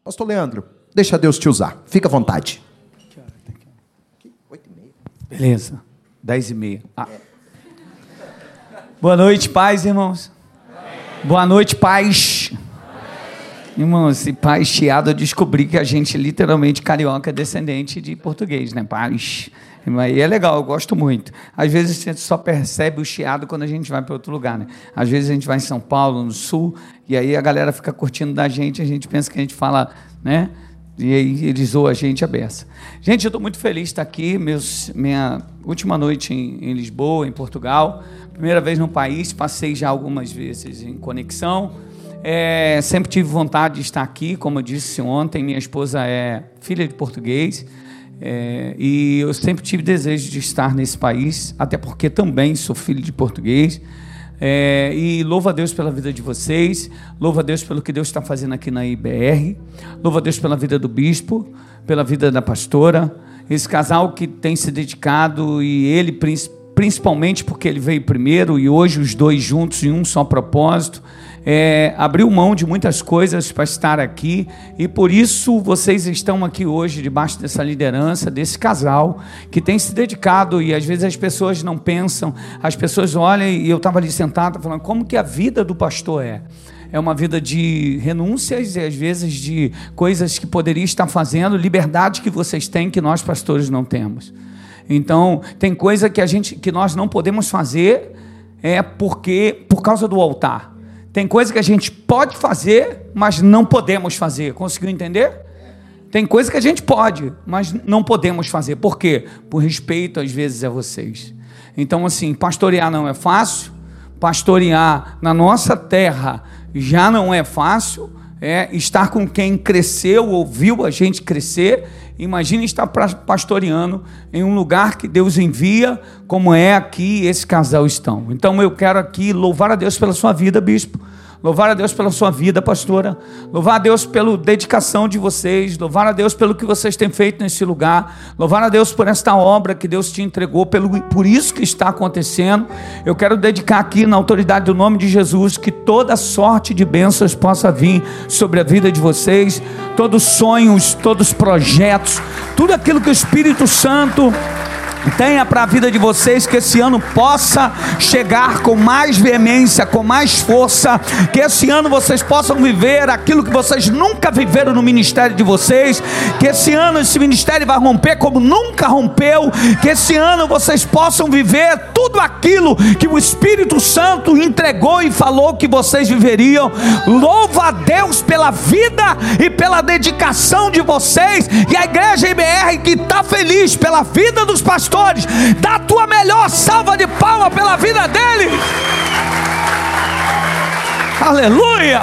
Pastor Leandro, deixa Deus te usar. Fica à vontade. 8h30. Beleza. 10h30. Boa noite, paz, irmãos. Boa noite, paz. Irmãos, esse paz chiado, eu descobri que a gente, literalmente, carioca, é descendente de português, né? Paz. E é legal, eu gosto muito. Às vezes a gente só percebe o chiado quando a gente vai para outro lugar, né? Às vezes a gente vai em São Paulo, no Sul, e aí a galera fica curtindo da gente, a gente pensa que a gente fala, né? E aí eles zoam a gente a beça. Gente, eu estou muito feliz de estar aqui, minha última noite em Lisboa, em Portugal. Primeira vez no país, passei já algumas vezes em conexão. Sempre tive vontade de estar aqui, como eu disse ontem, minha esposa é filha de português, e eu sempre tive desejo de estar nesse país, até porque também sou filho de português. E louvo a Deus pela vida de vocês, louvo a Deus pelo que Deus está fazendo aqui na IBR, louvo a Deus pela vida do bispo, pela vida da pastora, esse casal que tem se dedicado, e ele principalmente porque ele veio primeiro, e hoje os dois juntos em um só propósito, abriu mão de muitas coisas para estar aqui, e por isso vocês estão aqui hoje debaixo dessa liderança, desse casal que tem se dedicado. E às vezes as pessoas não pensam, as pessoas olham, e eu estava ali sentado falando, como que a vida do pastor é uma vida de renúncias e às vezes de coisas que poderia estar fazendo, liberdade que vocês têm que nós pastores não temos. Então tem coisa que nós não podemos fazer por causa do altar. Tem coisa que a gente pode fazer, mas não podemos fazer. Conseguiu entender? Tem coisa que a gente pode, mas não podemos fazer. Por quê? Por respeito, às vezes, a vocês. Então, assim, pastorear não é fácil. Pastorear na nossa terra já não é fácil. Estar com quem cresceu, ouviu a gente crescer. Imagine estar pastoreando em um lugar que Deus envia, como é aqui esse casal estão. Então eu quero aqui louvar a Deus pela sua vida, bispo. Louvar a Deus pela sua vida, pastora. Louvar a Deus pela dedicação de vocês. Louvar a Deus pelo que vocês têm feito nesse lugar. Louvar a Deus por esta obra que Deus te entregou, por isso que está acontecendo. Eu quero dedicar aqui, na autoridade do nome de Jesus, que toda sorte de bênçãos possa vir sobre a vida de vocês. Todos os sonhos, todos os projetos, tudo aquilo que o Espírito Santo tenha para a vida de vocês, que esse ano possa chegar com mais veemência, com mais força, que esse ano vocês possam viver aquilo que vocês nunca viveram no ministério de vocês, que esse ano esse ministério vai romper como nunca rompeu, que esse ano vocês possam viver tudo aquilo que o Espírito Santo entregou e falou que vocês viveriam. Louva a Deus pela vida e pela dedicação de vocês, e a igreja IBR que está feliz pela vida dos pastores. Dá a tua melhor salva de palmas pela vida dele. Aleluia.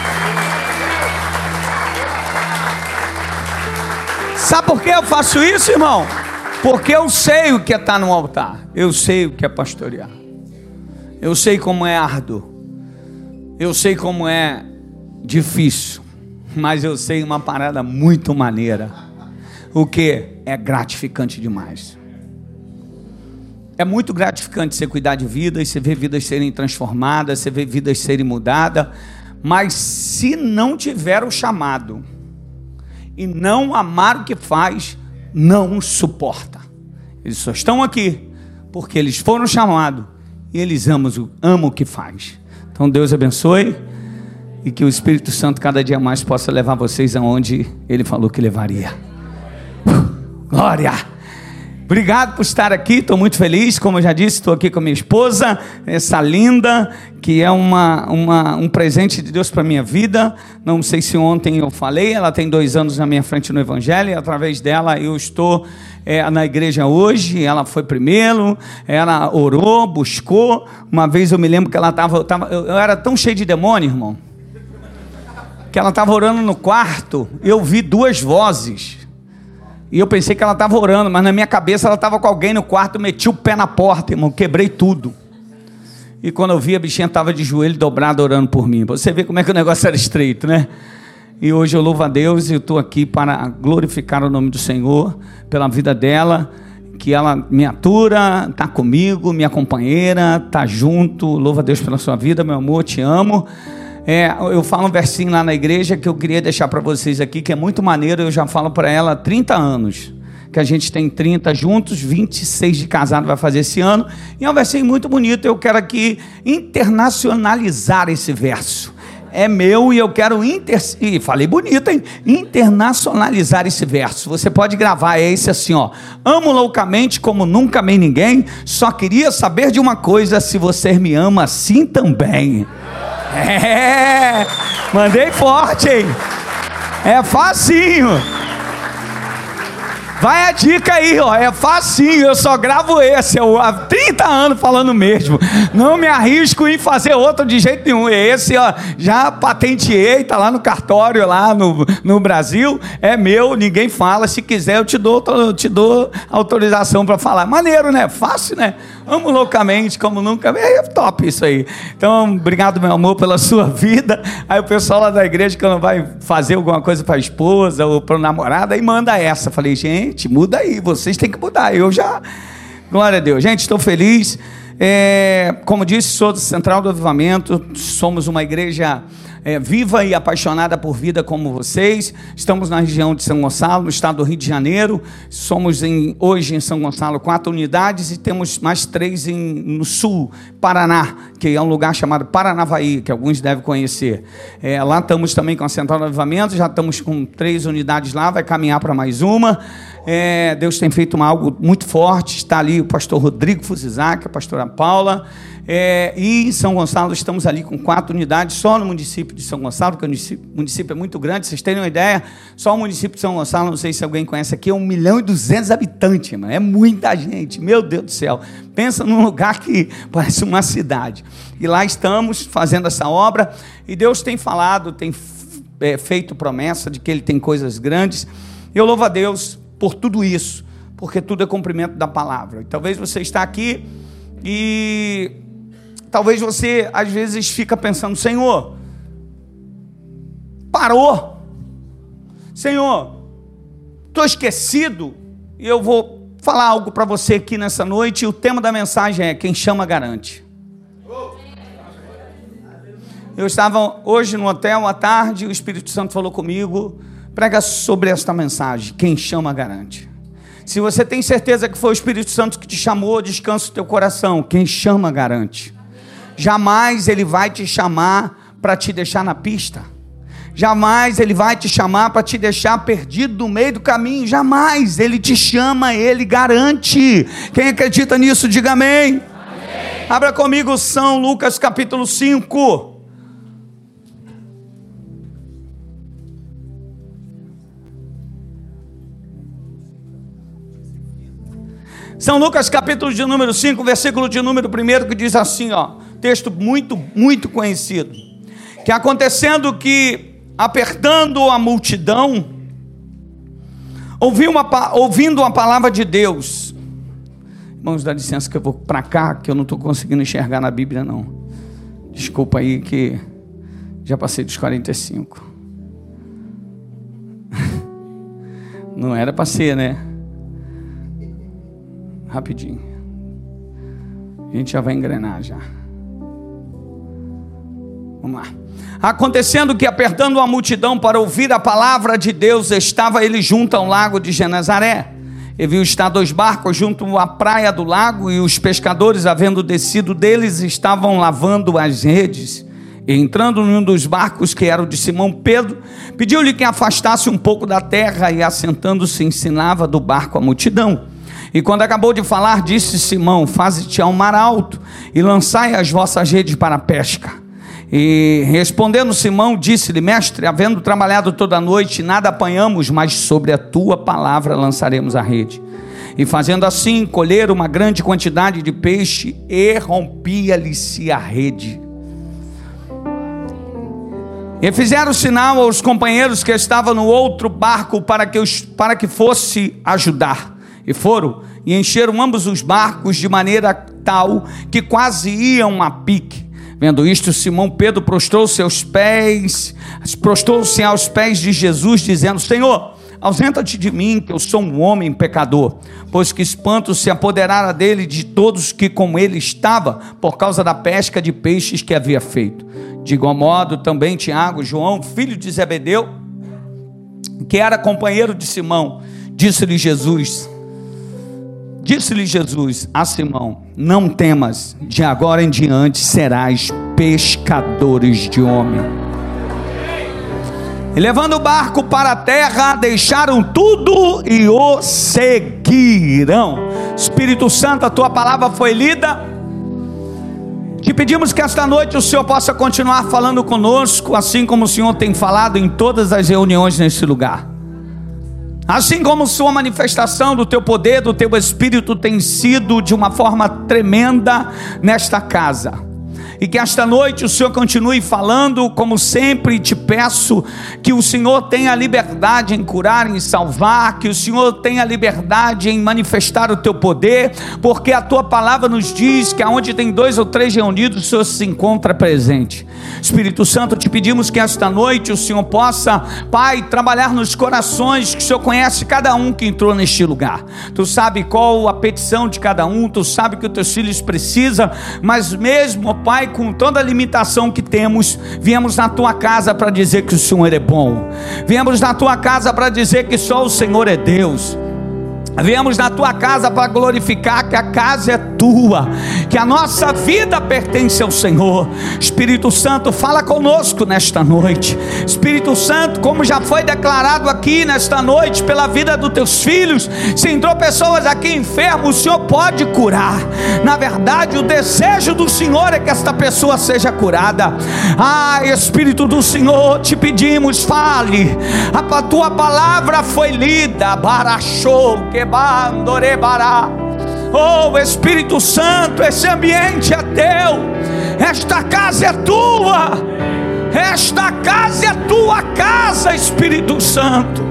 Sabe por que eu faço isso, irmão? Porque eu sei o que é estar no altar. Eu sei o que é pastorear. Eu sei como é árduo. Eu sei como é difícil. Mas eu sei uma parada muito maneira. O que é gratificante demais. É muito gratificante você cuidar de vidas, você ver vidas serem transformadas, você ver vidas serem mudadas, mas se não tiver o chamado e não amar o que faz, não suporta. Eles só estão aqui porque eles foram chamados e eles amam o que faz. Então Deus abençoe e que o Espírito Santo cada dia mais possa levar vocês aonde Ele falou que levaria. Glória! Obrigado por estar aqui, estou muito feliz, como eu já disse, estou aqui com a minha esposa, essa linda, que é um presente de Deus para a minha vida. Não sei se ontem eu falei, ela tem 2 anos na minha frente no Evangelho, e através dela eu estou na igreja hoje. Ela foi primeiro, ela orou, buscou. Uma vez eu me lembro que ela eu era tão cheio de demônio, irmão, que ela estava orando no quarto, eu vi 2 vozes. E eu pensei que ela estava orando, mas na minha cabeça ela estava com alguém no quarto, meti o pé na porta, irmão, quebrei tudo. E quando eu vi, a bichinha estava de joelho dobrado orando por mim. Você vê como é que o negócio era estreito, né? E hoje eu louvo a Deus e eu estou aqui para glorificar o nome do Senhor, pela vida dela, que ela me atura, está comigo, minha companheira, está junto. Louvo a Deus pela sua vida, meu amor, te amo. Eu falo um versinho lá na igreja que eu queria deixar para vocês aqui, que é muito maneiro, eu já falo para ela há 30 anos, que a gente tem 30 juntos, 26 de casado vai fazer esse ano, e é um versinho muito bonito. Eu quero aqui internacionalizar esse verso. É meu e eu quero falei bonito, hein? Internacionalizar esse verso. Você pode gravar, é esse assim, ó: amo loucamente como nunca amei ninguém, só queria saber de uma coisa, se você me ama assim também. Mandei forte, hein? É facinho. Vai a dica aí, ó, é facinho, eu só gravo esse, eu há 30 anos falando mesmo, não me arrisco em fazer outro de jeito nenhum. Esse, ó, já patenteei, tá lá no cartório, lá no Brasil, é meu, ninguém fala, se quiser eu te dou autorização para falar. Maneiro, né? Fácil, né? Amo loucamente, como nunca, é top isso aí. Então, obrigado, meu amor, pela sua vida. Aí o pessoal lá da igreja, quando vai fazer alguma coisa para a esposa ou para o namorado, aí manda essa. Falei, gente, muda aí, vocês têm que mudar. Eu já, glória a Deus. Gente, estou feliz. Como disse, sou do Central do Avivamento, somos uma igreja viva e apaixonada por vida como vocês. Estamos na região de São Gonçalo, no estado do Rio de Janeiro. Somos hoje em São Gonçalo 4 unidades e temos mais 3 no sul, Paraná, que é um lugar chamado Paranavaí, que alguns devem conhecer. Lá estamos também com a Central do Avivamento, já estamos com 3 unidades lá, vai caminhar para mais uma. Deus tem feito algo muito forte. Está ali o pastor Rodrigo Fuzizac, a pastora Paula, e em São Gonçalo estamos ali com 4 unidades, só no município de São Gonçalo, porque o município é muito grande. Vocês terem uma ideia, só o município de São Gonçalo, não sei se alguém conhece aqui, é 1.200.000 habitantes, mano. É muita gente, meu Deus do céu. Pensa num lugar que parece uma cidade. E lá estamos fazendo essa obra, e Deus tem falado, tem feito promessa de que Ele tem coisas grandes. Eu louvo a Deus por tudo isso, porque tudo é cumprimento da palavra. E talvez você está aqui e talvez você às vezes fica pensando: Senhor, parou? Senhor, estou esquecido? E eu vou falar algo para você aqui nessa noite, e o tema da mensagem é: quem chama garante. Eu estava hoje no hotel à tarde, o Espírito Santo falou comigo: prega sobre esta mensagem, quem chama garante. Se você tem certeza que foi o Espírito Santo que te chamou, descansa o teu coração, quem chama garante. Jamais Ele vai te chamar para te deixar na pista, jamais Ele vai te chamar para te deixar perdido no meio do caminho, jamais. Ele te chama, Ele garante. Quem acredita nisso, diga amém. Amém. Abra comigo São Lucas capítulo 5. São Lucas capítulo de número 5, versículo de número 1, que diz assim, ó, texto muito, muito conhecido: que acontecendo que, apertando a multidão, ouvindo a palavra de Deus. Irmãos, dá licença que eu vou para cá, que eu não estou conseguindo enxergar na Bíblia não. Desculpa aí que já passei dos 45. Não era para ser, né? Rapidinho, a gente já vai engrenar já. Vamos lá. Acontecendo que, apertando a multidão para ouvir a palavra de Deus, estava ele junto ao lago de Genezaré. E viu estar 2 barcos junto à praia do lago, e os pescadores, havendo descido deles, estavam lavando as redes. E entrando num dos barcos, que era o de Simão Pedro, pediu-lhe que afastasse um pouco da terra, e assentando-se ensinava do barco a multidão. E quando acabou de falar, disse Simão: faze-te ao mar alto e lançai as vossas redes para a pesca. E respondendo Simão, disse-lhe: mestre, havendo trabalhado toda a noite, nada apanhamos, mas sobre a tua palavra lançaremos a rede. E fazendo assim, colheram uma grande quantidade de peixe, e rompia-lhe-se a rede. E fizeram sinal aos companheiros que estavam no outro barco para que fosse ajudar. E foram e encheram ambos os barcos de maneira tal que quase iam a pique. Vendo isto, Simão Pedro prostrou-se aos pés de Jesus, dizendo: Senhor, Ausenta-te de mim, que eu sou um homem pecador, pois que espanto se apoderara dele de todos que com ele estava, por causa da pesca de peixes que havia feito. De igual modo também Tiago, João, filho de Zebedeu, que era companheiro de Simão, disse-lhe Jesus a Simão: não temas, de agora em diante serás pescadores de homem. E levando o barco para a terra, deixaram tudo e o seguiram. Espírito Santo, a tua palavra foi lida. Te pedimos que esta noite o Senhor possa continuar falando conosco, assim como o Senhor tem falado em todas as reuniões nesse lugar. Assim como sua manifestação do teu poder, do teu Espírito tem sido de uma forma tremenda nesta casa. E que esta noite o Senhor continue falando, como sempre te peço, que o Senhor tenha liberdade em curar, em salvar, que o Senhor tenha liberdade em manifestar o teu poder, porque a tua palavra nos diz que aonde tem 2 ou 3 reunidos, o Senhor se encontra presente. Espírito Santo, te pedimos que esta noite o Senhor possa, Pai, trabalhar nos corações, que o Senhor conhece cada um que entrou neste lugar. Tu sabe qual a petição de cada um, tu sabe que os teus filhos precisam, mas mesmo, Pai, com toda a limitação que temos, viemos na tua casa para dizer que o Senhor é bom, viemos na tua casa para dizer que só o Senhor é Deus, viemos na tua casa para glorificar que a casa é tua, que a nossa vida pertence ao Senhor. Espírito Santo, fala conosco nesta noite. Espírito Santo, como já foi declarado aqui nesta noite pela vida dos teus filhos, se entrou pessoas aqui enfermas, o Senhor pode curar. Na verdade, o desejo do Senhor é que esta pessoa seja curada. Espírito do Senhor, te pedimos, fale. A tua palavra foi lida. Barachou, quebandorebará. Oh Espírito Santo, esse ambiente é teu, esta casa é tua, esta casa é tua casa. Espírito Santo,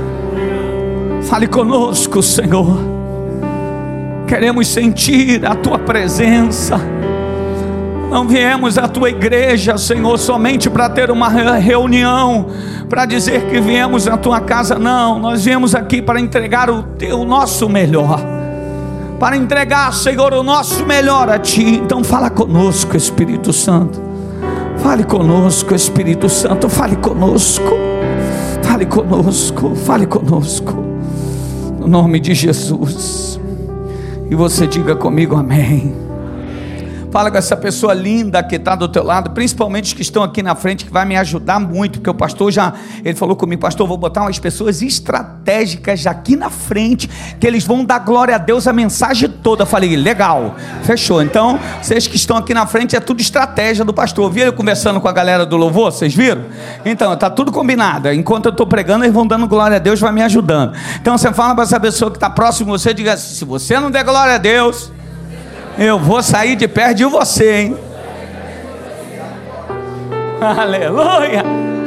fale conosco, Senhor. Queremos sentir a tua presença. Não viemos à tua igreja, Senhor, somente para ter uma reunião, para dizer que viemos à tua casa. Não, nós viemos aqui para entregar o nosso melhor, para entregar, Senhor, o nosso melhor a Ti. Então fala conosco, Espírito Santo. Fale conosco, Espírito Santo. Fale conosco. Fale conosco. Fale conosco. No nome de Jesus. E você diga comigo amém. Fala com essa pessoa linda que está do teu lado, principalmente os que estão aqui na frente, que vai me ajudar muito, porque o pastor ele falou comigo: pastor, vou botar umas pessoas estratégicas aqui na frente, que eles vão dar glória a Deus a mensagem toda. Eu falei: legal, fechou. Então, vocês que estão aqui na frente, é tudo estratégia do pastor. Viram eu conversando com a galera do louvor? Vocês viram? Então, está tudo combinado. Enquanto eu estou pregando, eles vão dando glória a Deus, vai me ajudando. Então, você fala para essa pessoa que está próximo de você, diga assim: se você não der glória a Deus, eu vou sair de perto de você, hein? Aleluia!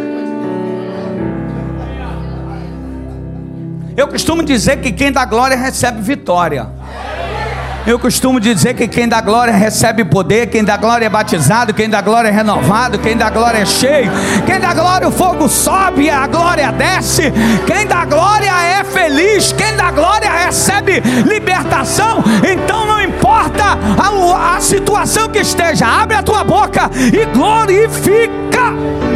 Eu costumo dizer que quem dá glória recebe vitória. Eu costumo dizer que quem dá glória recebe poder, quem dá glória é batizado, quem dá glória é renovado, quem dá glória é cheio, quem dá glória o fogo sobe, a glória desce, quem dá glória é feliz, quem dá glória recebe libertação. Então não importa a situação que esteja, abre a tua boca e glorifica.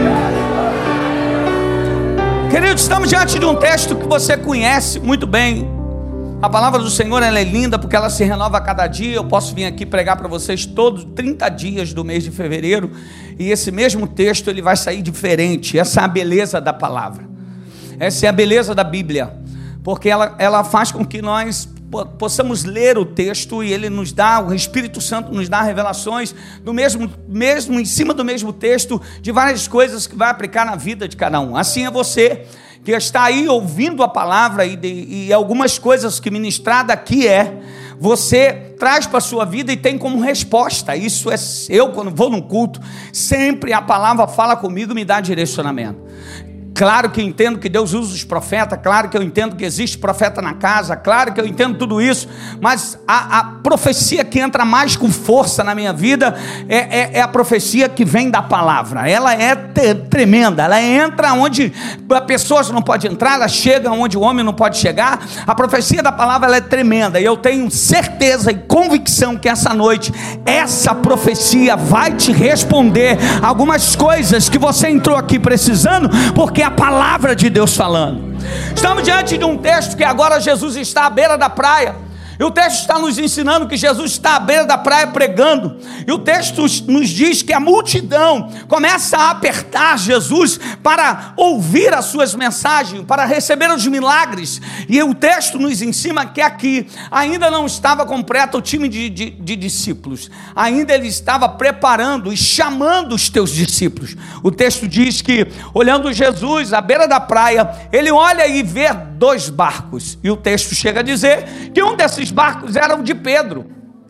Queridos, estamos diante de um texto que você conhece muito bem. A palavra do Senhor, ela é linda porque ela se renova a cada dia. Eu posso vir aqui pregar para vocês todos 30 dias do mês de fevereiro, e esse mesmo texto ele vai sair diferente. Essa é a beleza da palavra, essa é a beleza da Bíblia, porque ela faz com que nós possamos ler o texto, e ele nos dá, o Espírito Santo nos dá revelações do mesmo em cima do mesmo texto, de várias coisas que vai aplicar na vida de cada um. Assim é você que está aí ouvindo a palavra, e algumas coisas que ministrada aqui você traz para a sua vida e tem como resposta. Isso é eu, quando vou num culto, sempre a palavra fala comigo e me dá direcionamento. claro que eu entendo que Deus usa os profetas, claro que eu entendo que existe profeta na casa, claro que eu entendo tudo isso, mas a profecia que entra mais com força na minha vida é a profecia que vem da palavra. Ela é tremenda, ela entra onde a pessoa não pode entrar, ela chega onde o homem não pode chegar. A profecia da palavra, ela é tremenda, e eu tenho certeza e convicção que essa noite, essa profecia vai te responder algumas coisas que você entrou aqui precisando, porque é a palavra de Deus falando. Estamos diante de um texto que agora Jesus está à beira da praia, e o texto está nos ensinando que Jesus está à beira da praia pregando, e o texto nos diz que a multidão começa a apertar Jesus para ouvir as suas mensagens, para receber os milagres, e o texto nos ensina que aqui ainda não estava completo o time de discípulos, ainda ele estava preparando e chamando os teus discípulos. O texto diz que, olhando Jesus à beira da praia, ele olha e vê 2 barcos, e o texto chega a dizer que um desses barcos era o de Pedro.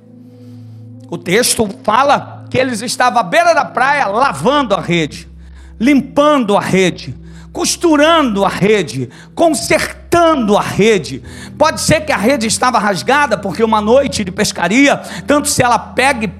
O texto fala que eles estavam à beira da praia lavando a rede, limpando a rede, costurando a rede, consertando a rede. Pode ser que a rede estava rasgada, porque uma noite de pescaria, tanto se ela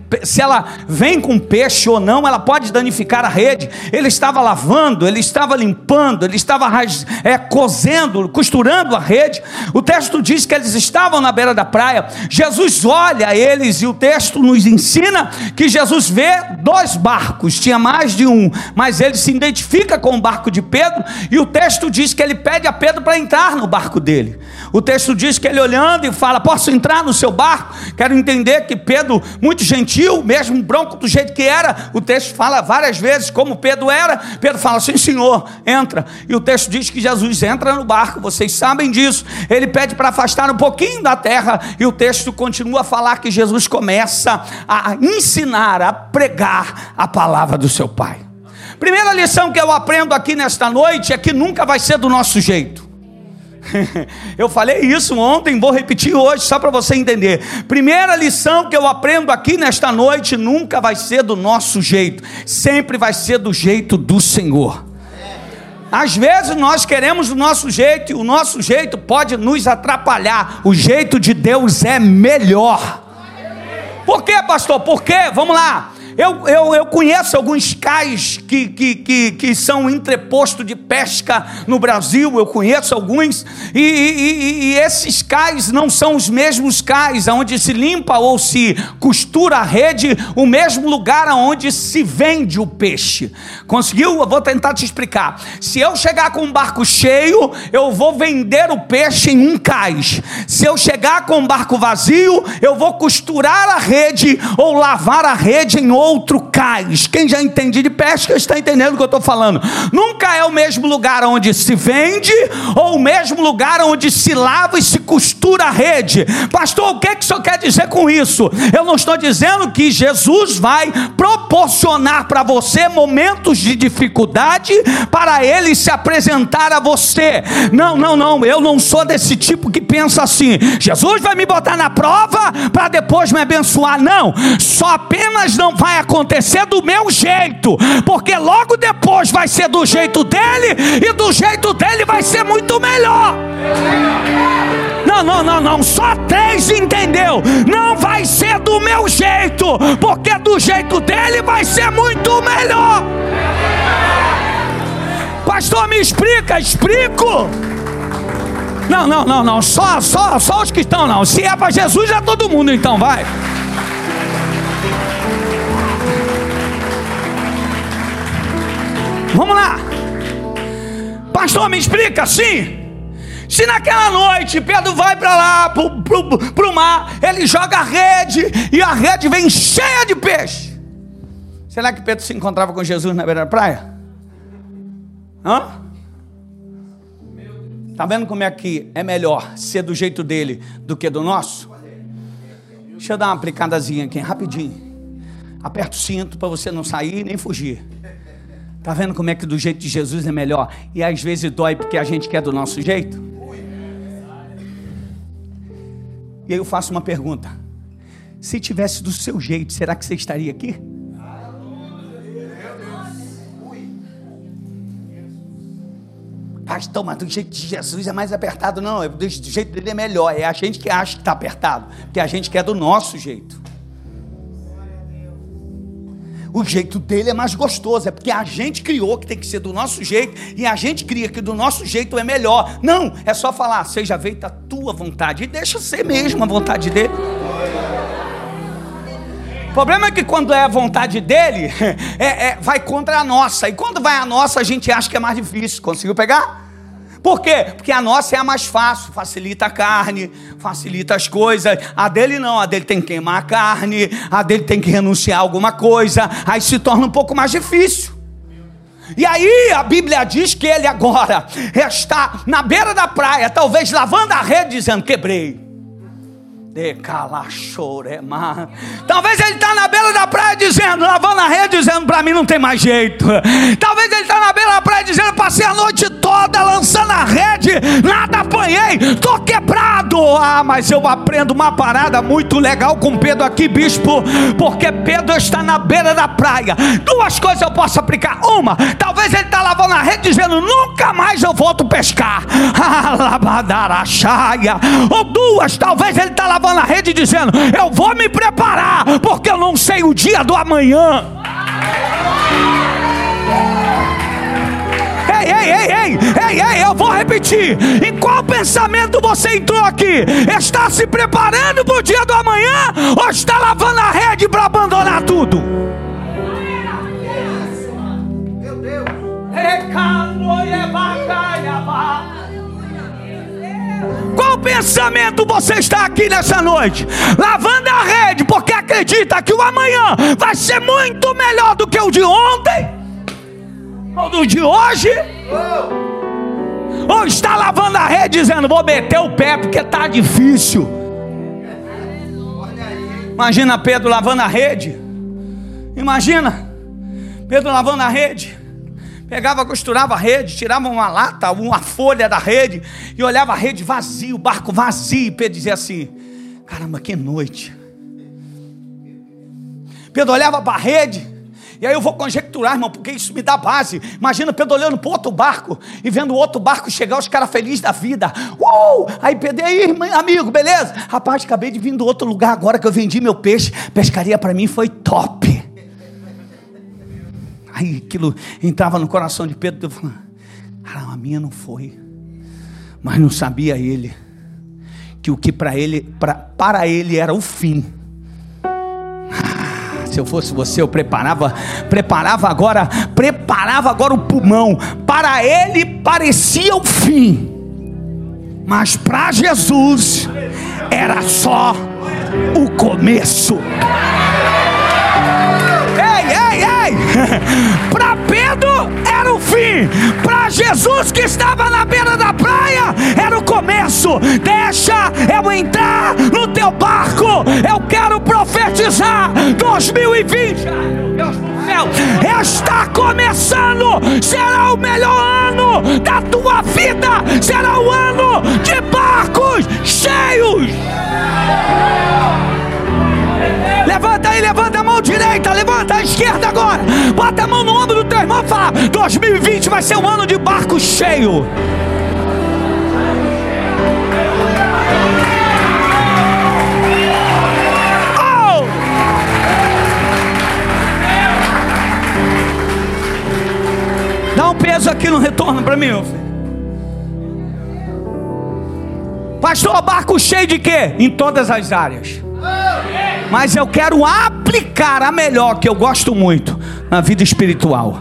vem com peixe ou não, ela pode danificar a rede. Ele estava lavando, ele estava limpando, ele estava cosendo, costurando a rede. O texto diz que eles estavam na beira da praia. Jesus olha eles, e o texto nos ensina que Jesus vê 2 barcos, tinha mais de um, mas ele se identifica com o barco de Pedro, e o texto diz que ele pede a Pedro para entrar no barco dele. O texto diz que ele olhando e fala: posso entrar no seu barco? Quero entender que Pedro, muito gentil, mesmo bronco do jeito que era, o texto fala várias vezes como Pedro era. Pedro fala: sim senhor, entra. E o texto diz que Jesus entra no barco, vocês sabem disso. Ele pede para afastar um pouquinho da terra, e o texto continua a falar que Jesus começa a ensinar, a pregar a palavra do seu Pai. Primeira lição que eu aprendo aqui nesta noite é que nunca vai ser do nosso jeito. Eu falei isso ontem, vou repetir hoje só para você entender. Primeira lição que eu aprendo aqui nesta noite: nunca vai ser do nosso jeito, sempre vai ser do jeito do Senhor. Às vezes nós queremos o nosso jeito, e o nosso jeito pode nos atrapalhar. O jeito de Deus é melhor. Por quê, pastor? Por quê? Vamos lá. Eu conheço alguns cais que são entreposto de pesca no Brasil. Eu conheço alguns, e esses cais não são os mesmos cais onde se limpa ou se costura a rede, o mesmo lugar onde se vende o peixe. Conseguiu? Eu vou tentar te explicar. Se eu chegar com um barco cheio, eu vou vender o peixe em um cais. Se eu chegar com um barco vazio, eu vou costurar a rede ou lavar a rede em outro cais. Quem já entende de pesca está entendendo o que eu estou falando. Nunca é o mesmo lugar onde se vende ou o mesmo lugar onde se lava e se costura a rede. Pastor, o que o senhor quer dizer com isso? Eu não estou dizendo que Jesus vai proporcionar para você momentos de dificuldade para ele se apresentar a você. Não, eu não sou desse tipo que pensa assim: Jesus vai me botar na prova para depois me abençoar. Não, só apenas não vai acontecer do meu jeito, porque logo depois vai ser do jeito dele, e do jeito dele vai ser muito melhor. Não, só 3 entendeu. Não vai ser do meu jeito, porque do jeito dele vai ser muito melhor. Pastor, me explica. Explico. Não, só os que estão, não. Se é para Jesus, é todo mundo, então vai. Vamos lá. Pastor, me explica. Sim. Se naquela noite Pedro vai para lá, para o mar, ele joga a rede, e a rede vem cheia de peixe, será que Pedro se encontrava com Jesus na beira da praia? Está vendo como é que é melhor ser do jeito dele do que do nosso? Deixa eu dar uma aplicadazinha aqui, rapidinho. Aperta o cinto para você não sair nem fugir. Está vendo como é que do jeito de Jesus é melhor? E às vezes dói porque a gente quer do nosso jeito. E aí eu faço uma pergunta: se tivesse do seu jeito, será que você estaria aqui? pastor, mas do jeito de Jesus é mais apertado. Não, do jeito dele é melhor. É a gente que acha que está apertado, porque a gente quer do nosso jeito. O jeito dele é mais gostoso, é porque a gente criou que tem que ser do nosso jeito, e a gente cria que do nosso jeito é melhor. Não, é só falar, seja feita a tua vontade, e deixa ser mesmo a vontade dele. O problema é que quando é a vontade dele, vai contra a nossa, e quando vai a nossa, a gente acha que é mais difícil. Conseguiu pegar? Por quê? Porque a nossa é a mais fácil, facilita a carne, facilita as coisas. A dele não, a dele tem que queimar a carne, a dele tem que renunciar a alguma coisa, aí se torna um pouco mais difícil. E aí a Bíblia diz que ele agora está na beira da praia, talvez lavando a rede, dizendo, quebrei. Talvez ele está na beira da praia dizendo, lavando a rede, dizendo, para mim não tem mais jeito. Talvez ele está na beira da praia dizendo, passei a noite toda lançando a rede, nada apanhei, estou quebrado. Mas eu aprendo uma parada muito legal com Pedro aqui, bispo, porque Pedro está na beira da praia. Duas coisas eu posso aplicar. Uma, talvez ele está lavando a rede dizendo, nunca mais eu volto pescar. Ou duas, talvez ele está lavando a rede dizendo, eu vou me preparar, porque eu não sei o dia do amanhã. Ei, eu vou repetir. Em qual pensamento você entrou aqui? Está se preparando para o dia do amanhã, ou está lavando a rede para abandonar tudo? Meu Deus. Qual pensamento você está aqui nessa noite? Lavando a rede porque acredita que o amanhã vai ser muito melhor do que o de ontem, ou do de hoje? Ou está lavando a rede dizendo, vou meter o pé porque está difícil? Imagina Pedro lavando a rede. Imagina Pedro lavando a rede. Pegava, costurava a rede, tirava uma lata, uma folha da rede e olhava a rede vazia, o barco vazio. E Pedro dizia assim, caramba, que noite. Pedro olhava para a rede, e aí eu vou conjecturar, irmão, porque isso me dá base. Imagina Pedro olhando para o outro barco e vendo o outro barco chegar, os caras felizes da vida. Aí Pedro, e aí, irmão, amigo, beleza? Rapaz, acabei de vir do outro lugar agora que eu vendi meu peixe. Pescaria para mim foi top. Aí aquilo entrava no coração de Pedro, falando, a minha não foi. Mas não sabia ele que o que para ele era o fim. Se eu fosse você, eu preparava agora o pulmão. Para ele parecia o fim, mas para Jesus era só o começo. Para Pedro era o fim, para Jesus que estava na beira da praia era o começo. Deixa eu entrar no teu barco, eu quero profetizar 2020, Deus do céu, está começando, será o melhor ano da tua vida, será o ano de barcos cheios. Levanta aí, levanta a mão direita, levanta a esquerda agora, bota a mão no ombro do teu irmão e fala, 2020 vai ser um ano de barco cheio. Oh! Dá um peso aqui no retorno para mim, meu filho. Pastor, barco cheio de quê? Em todas as áreas. Mas eu quero aplicar a melhor, que eu gosto muito, na vida espiritual.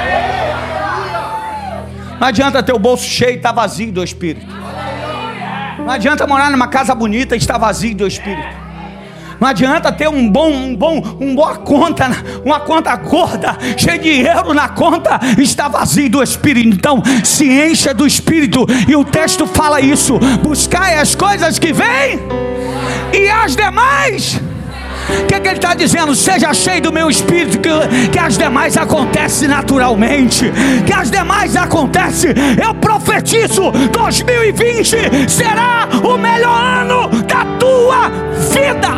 Não adianta ter o bolso cheio e estar vazio do Espírito. Não adianta morar numa casa bonita e estar vazio do Espírito. Não adianta ter uma conta, uma conta gorda, cheia de dinheiro na conta, está vazio do Espírito. Então se encha do Espírito. E o texto fala isso: buscai as coisas que vêm, e as demais. O que ele está dizendo? Seja cheio do meu Espírito, que as demais acontecem naturalmente, que as demais acontecem. Eu profetizo, 2020 será o melhor ano da tua vida.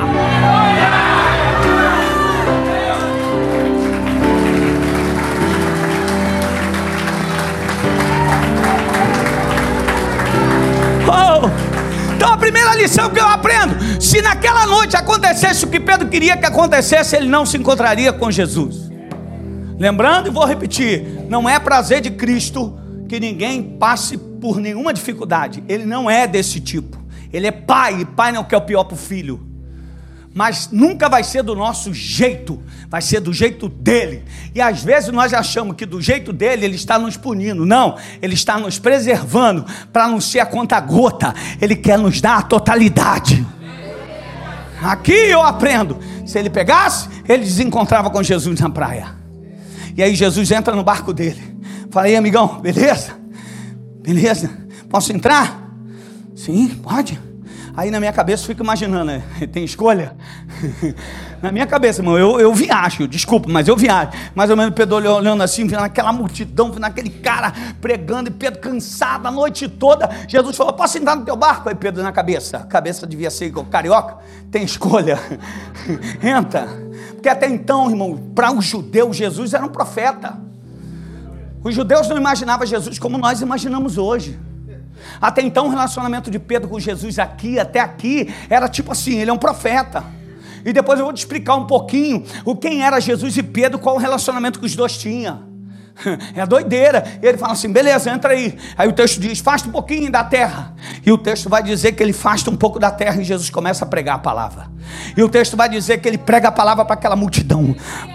Então a primeira lição que eu aprendo: se naquela noite acontecesse o que Pedro queria que acontecesse, ele não se encontraria com Jesus. Lembrando, e vou repetir, não é prazer de Cristo que ninguém passe por nenhuma dificuldade. Ele não é desse tipo. Ele é pai, e pai não quer o pior para o filho. Mas nunca vai ser do nosso jeito, vai ser do jeito dele. E às vezes nós achamos que do jeito dele ele está nos punindo. Não, ele está nos preservando para não ser a conta-gota. Ele quer nos dar a totalidade. Aqui eu aprendo: se ele pegasse, ele desencontrava com Jesus na praia. E aí Jesus entra no barco dele. Fala: aí, amigão, beleza? Beleza? Posso entrar? Sim, pode. Aí na minha cabeça eu fico imaginando, né? Tem escolha? Na minha cabeça, irmão, eu viajo, desculpa, mas eu viajo. Mais ou menos Pedro olhando assim, vendo aquela multidão, vendo aquele cara pregando, e Pedro cansado a noite toda. Jesus falou: posso entrar no teu barco? Aí Pedro na cabeça, a cabeça devia ser carioca, tem escolha? Entra. Porque até então, irmão, para os judeus, Jesus era um profeta. Os judeus não imaginavam Jesus como nós imaginamos hoje. Até então o relacionamento de Pedro com Jesus até aqui era tipo assim: ele é um profeta. E depois eu vou te explicar um pouquinho quem era Jesus e Pedro, qual o relacionamento que os dois tinham. É doideira. E ele fala assim: beleza, entra aí. Aí o texto diz: afasta um pouquinho da terra. E o texto vai dizer que ele afasta um pouco da terra e Jesus começa a pregar a palavra. E o texto vai dizer que ele prega a palavra para aquela multidão.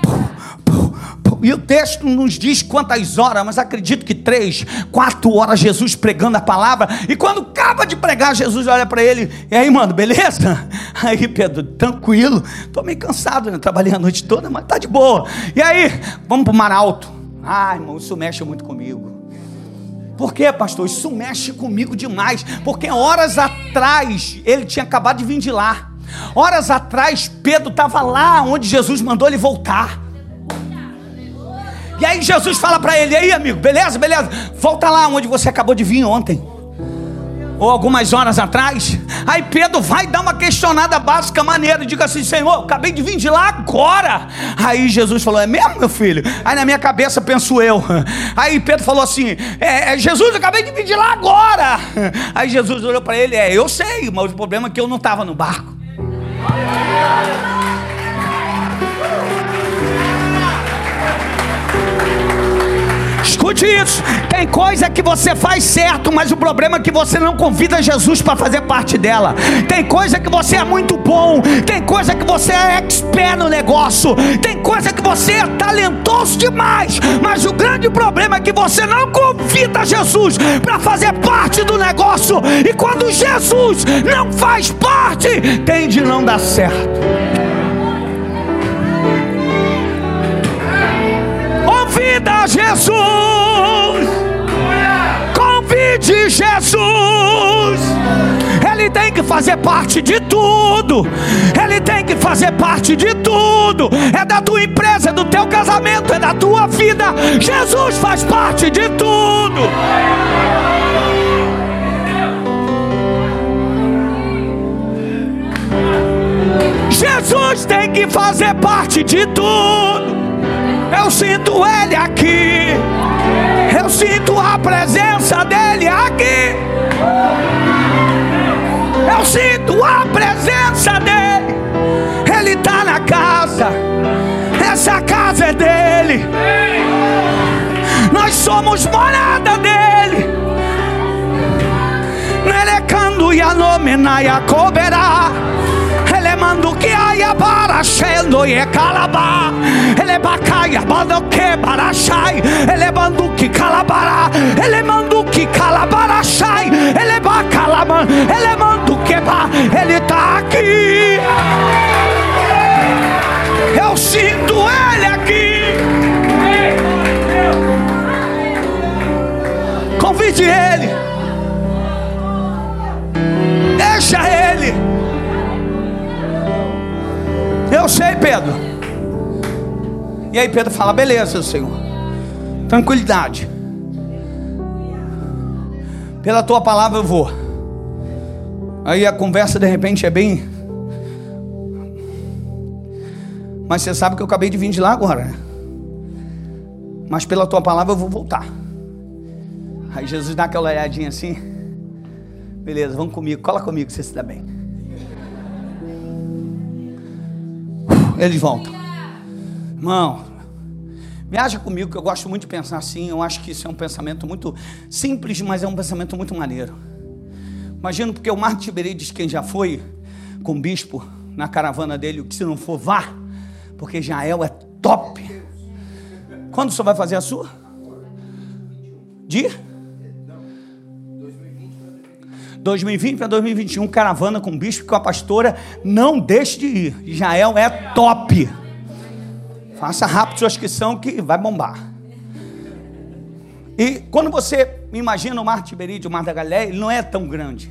E o texto nos diz quantas horas, mas acredito que 3, 4 horas Jesus pregando a palavra. E quando acaba de pregar, Jesus olha para ele: e aí, mano, beleza? Aí Pedro: tranquilo, tô meio cansado, né? Trabalhei a noite toda, mas tá de boa. E aí, vamos pro Mar Alto. Ah, irmão, isso mexe muito comigo. Por quê, pastor? Isso mexe comigo demais. Porque horas atrás ele tinha acabado de vir de lá. Horas atrás Pedro estava lá onde Jesus mandou ele voltar. E aí Jesus fala para ele: e aí, amigo, beleza, beleza, volta lá onde você acabou de vir ontem, ou algumas horas atrás. Aí Pedro vai dar uma questionada básica maneira e diga assim: Senhor, acabei de vir de lá agora. Aí Jesus falou: é mesmo, meu filho? Aí na minha cabeça penso eu. Aí Pedro falou assim: Jesus, acabei de vir de lá agora. Aí Jesus olhou para ele: eu sei, mas o problema é que eu não estava no barco. Escute isso: tem coisa que você faz certo, mas o problema é que você não convida Jesus para fazer parte dela. Tem coisa que você é muito bom, tem coisa que você é expert no negócio, tem coisa que você é talentoso demais, mas o grande problema é que você não convida Jesus para fazer parte do negócio. E quando Jesus não faz parte, tende a não dar certo. Convida Jesus, convide Jesus. Ele tem que fazer parte de tudo. Ele tem que fazer parte de tudo. É da tua empresa, é do teu casamento, é da tua vida. Jesus faz parte de tudo. Jesus tem que fazer parte de tudo. Eu sinto Ele aqui. Eu sinto a presença dEle aqui. Eu sinto a presença dEle. Ele está na casa. Essa casa é dEle. Nós somos morada dEle. Nelecando e anomenaia coberá. Ele manda que aia para chendo e calabá. Ele bacaia manda que barachai. Ele manda que calabará. Ele manda que calabarachai. Ele bacalaman. Ele manda que ba. Ele tá aqui. Eu sinto Ele aqui. Convide Ele. Deixa Ele. Eu sei, Pedro. E aí Pedro fala: beleza, Senhor, tranquilidade, pela tua palavra eu vou. Aí a conversa de repente é bem: mas você sabe que eu acabei de vir de lá agora, né? Mas pela tua palavra eu vou voltar. Aí Jesus dá aquela olhadinha assim: Beleza, vamos comigo, cola comigo, você se dá bem. Eles voltam. Irmão, viaja comigo, que eu gosto muito de pensar assim. Eu acho que isso é um pensamento muito simples, mas é um pensamento muito maneiro. Imagina, porque o Mar de Tiberíades, quem já foi com o bispo na caravana dele, que se não for, vá, porque Israel é top. Quando o senhor vai fazer a sua? De 2020 para 2021, caravana com o bispo, com a pastora. Não deixe de ir. Israel é top. Faça rápido sua inscrição que vai bombar. E quando você imagina o Mar de Tiberíades, o Mar da Galileia, ele não é tão grande.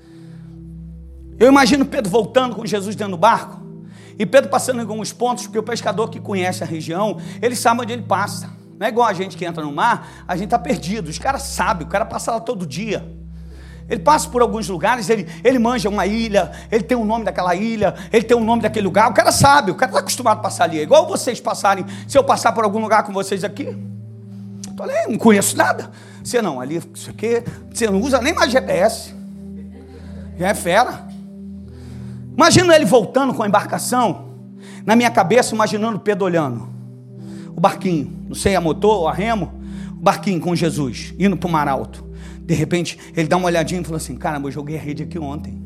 Eu imagino Pedro voltando com Jesus dentro do barco, e Pedro passando em alguns pontos, porque o pescador que conhece a região, ele sabe onde ele passa. Não é igual a gente que entra no mar, a gente está perdido. Os caras sabem, o cara passa lá todo dia. Ele passa por alguns lugares, ele manja uma ilha, ele tem o nome daquela ilha, ele tem o nome daquele lugar. O cara sabe, o cara está acostumado a passar ali. É igual vocês passarem, se eu passar por algum lugar com vocês aqui, tô ali, não conheço nada. Você não, ali, isso aqui, você não usa nem mais GPS. Já é fera. Imagina ele voltando com a embarcação, na minha cabeça, imaginando Pedro olhando. O barquinho, não sei, a motor ou a remo, o barquinho com Jesus, indo para o mar alto. De repente, ele dá uma olhadinha e fala assim: caramba, eu joguei a rede aqui ontem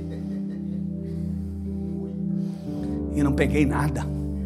e não peguei nada.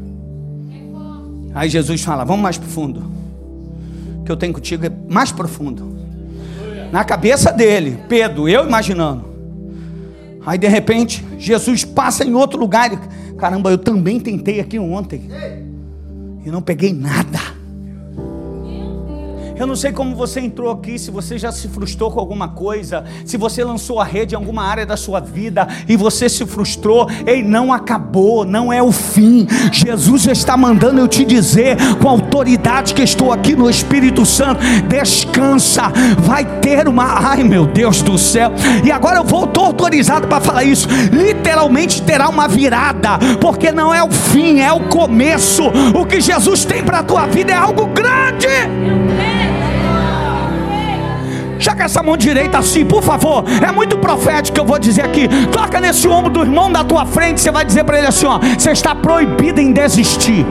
Aí Jesus fala: vamos mais profundo. O que eu tenho contigo é mais profundo. Na cabeça dele, Pedro, eu imaginando. Aí de repente, Jesus passa em outro lugar e, caramba, eu também tentei aqui ontem e não peguei nada. Eu não sei como você entrou aqui, se você já se frustrou com alguma coisa, se você lançou a rede em alguma área da sua vida e você se frustrou. Ei, não acabou, não é o fim. Jesus está mandando eu te dizer, com a autoridade que estou aqui no Espírito Santo: descansa, vai ter uma... Ai meu Deus do céu. E agora eu estou autorizado para falar isso. Literalmente terá uma virada, porque não é o fim, é o começo. O que Jesus tem para a tua vida é algo grande. Joga essa mão direita assim, por favor. É muito profético que eu vou dizer aqui. Toca nesse ombro do irmão da tua frente. Você vai dizer para ele assim: ó, você está proibido em desistir.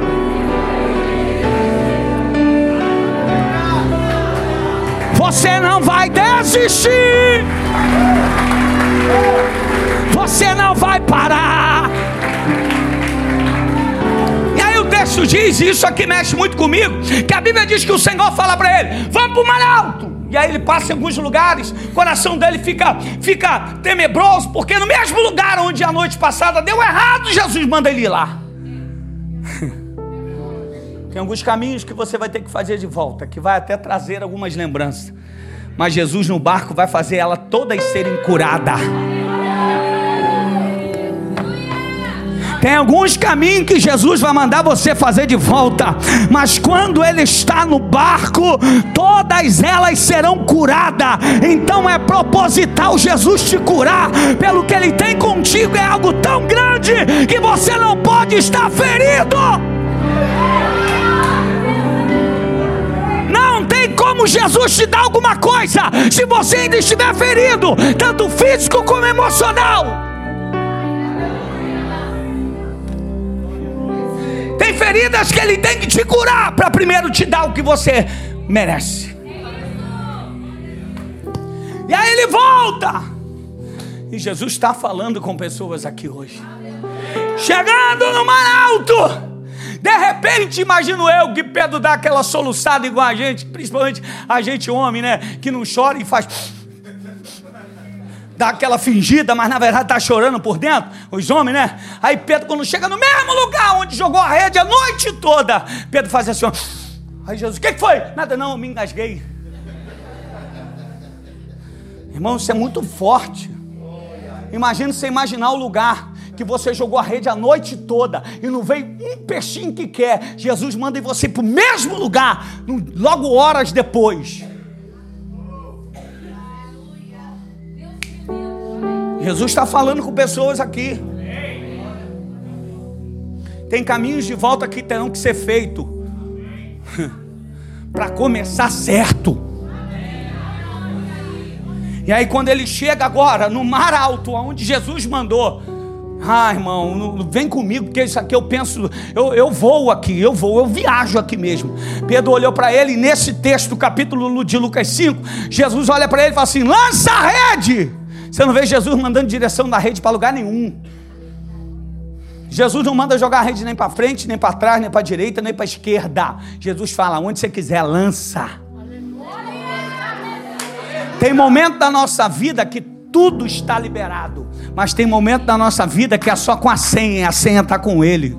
Você não vai desistir. Você não vai parar. E aí o texto diz, e isso aqui mexe muito comigo, que a Bíblia diz que o Senhor fala para ele: vamos para o mar alto. E aí ele passa em alguns lugares, o coração dele fica tenebroso, porque no mesmo lugar onde a noite passada deu errado, Jesus manda ele ir lá. Tem alguns caminhos que você vai ter que fazer de volta, que vai até trazer algumas lembranças, mas Jesus no barco vai fazer elas todas serem curadas. Tem alguns caminhos que Jesus vai mandar você fazer de volta, mas quando Ele está no barco, todas elas serão curadas. Então é proposital Jesus te curar, pelo que Ele tem contigo é algo tão grande que você não pode estar ferido. Não tem como Jesus te dar alguma coisa se você ainda estiver ferido, tanto físico como emocional. Tem feridas que Ele tem que te curar para primeiro te dar o que você merece. E aí Ele volta. E Jesus está falando com pessoas aqui hoje. Chegando no mar alto, de repente, imagino eu que Pedro dá aquela soluçada igual a gente, principalmente a gente homem, né? Que não chora e faz... dá aquela fingida, mas na verdade está chorando por dentro, os homens, né? Aí Pedro, quando chega no mesmo lugar onde jogou a rede a noite toda, Pedro faz assim, ó. Aí Jesus: o que foi? Nada não, eu me engasguei. Irmão, isso é muito forte. Imagina você imaginar o lugar que você jogou a rede a noite toda e não veio um peixinho que quer. Jesus manda você para o mesmo lugar, logo horas depois. Jesus está falando com pessoas aqui. Tem caminhos de volta que terão que ser feitos para começar certo. E aí quando ele chega agora no mar alto, onde Jesus mandou, irmão, vem comigo, porque isso aqui eu penso, eu vou aqui, eu viajo aqui mesmo. Pedro olhou para ele, e nesse texto, capítulo de Lucas 5, Jesus olha para ele e fala assim: lança a rede. Você não vê Jesus mandando direção da rede para lugar nenhum. Jesus não manda jogar a rede nem para frente, nem para trás, nem para a direita, nem para a esquerda. Jesus fala: onde você quiser, lança. Tem momento da nossa vida que tudo está liberado, mas tem momento da nossa vida que é só com a senha está com Ele.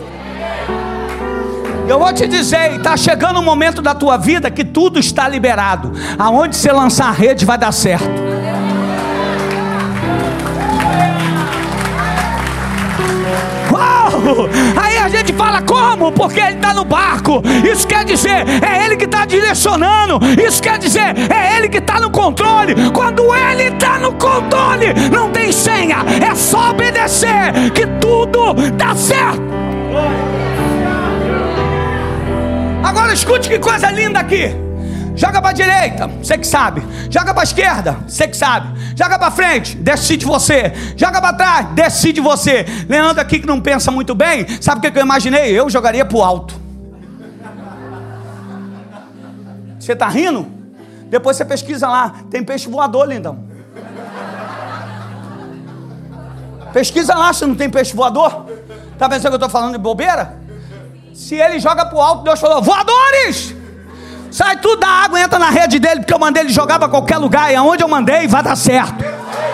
Eu vou te dizer, está chegando um momento da tua vida que tudo está liberado. Aonde você lançar a rede vai dar certo. Aí a gente fala: como? Porque ele está no barco. Isso quer dizer, é ele que está direcionando. Isso quer dizer, é ele que está no controle. Quando ele está no controle, não tem senha, é só obedecer que tudo dá certo. Agora escute que coisa linda aqui. Joga para a direita, você que sabe. Joga para a esquerda, você que sabe. Joga para frente, decide você. Joga para trás, decide você. Leandro aqui, que não pensa muito bem, sabe o que eu imaginei? Eu jogaria para o alto. Você está rindo? Depois você pesquisa lá. Tem peixe voador, lindão. Pesquisa lá se não tem peixe voador. Está pensando que eu estou falando de bobeira? Se ele joga para o alto, Deus falou: voadores! Sai tudo da água e entra na rede dele, porque eu mandei ele jogar para qualquer lugar, e aonde eu mandei vai dar certo.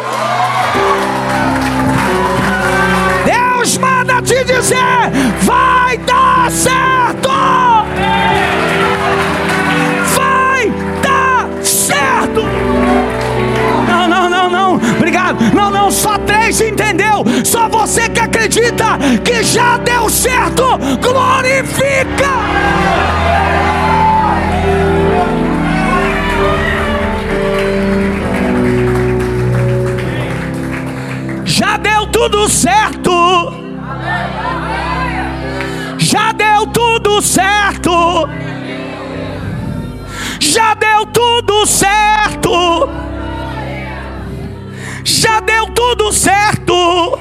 Deus manda te dizer: vai dar certo. Vai dar certo. Não, obrigado. Não, só 3 entendeu. Só você que acredita que já deu certo, glorifica. Já deu tudo certo. Já deu tudo certo. Já deu tudo certo. Já deu tudo certo.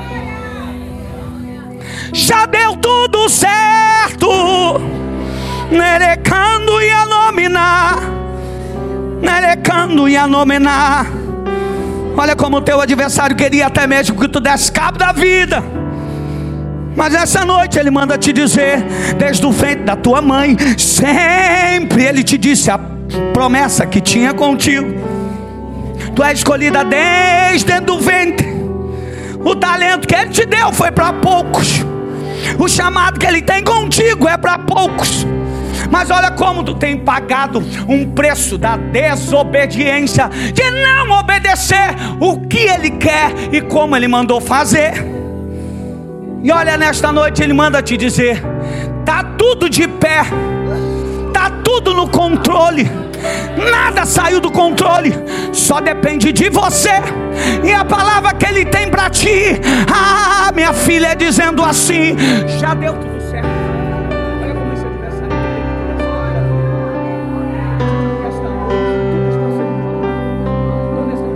Já deu tudo certo. Nerecando e a nominar. Nerecando e a nominar. Olha como o teu adversário queria até mesmo que tu desse cabo da vida. Mas essa noite ele manda te dizer: desde o ventre da tua mãe, sempre ele te disse a promessa que tinha contigo. Tu és escolhida desde dentro do ventre. O talento que ele te deu foi para poucos. O chamado que ele tem contigo é para poucos. Mas olha como tu tem pagado um preço da desobediência, de não obedecer o que ele quer e como ele mandou fazer. E olha, nesta noite ele manda te dizer: tá tudo de pé, tá tudo no controle, nada saiu do controle, só depende de você. E a palavra que ele tem para ti, minha filha, é dizendo assim: já deu tudo certo. Olha como esse adversário esta noite tudo está sendo toda essa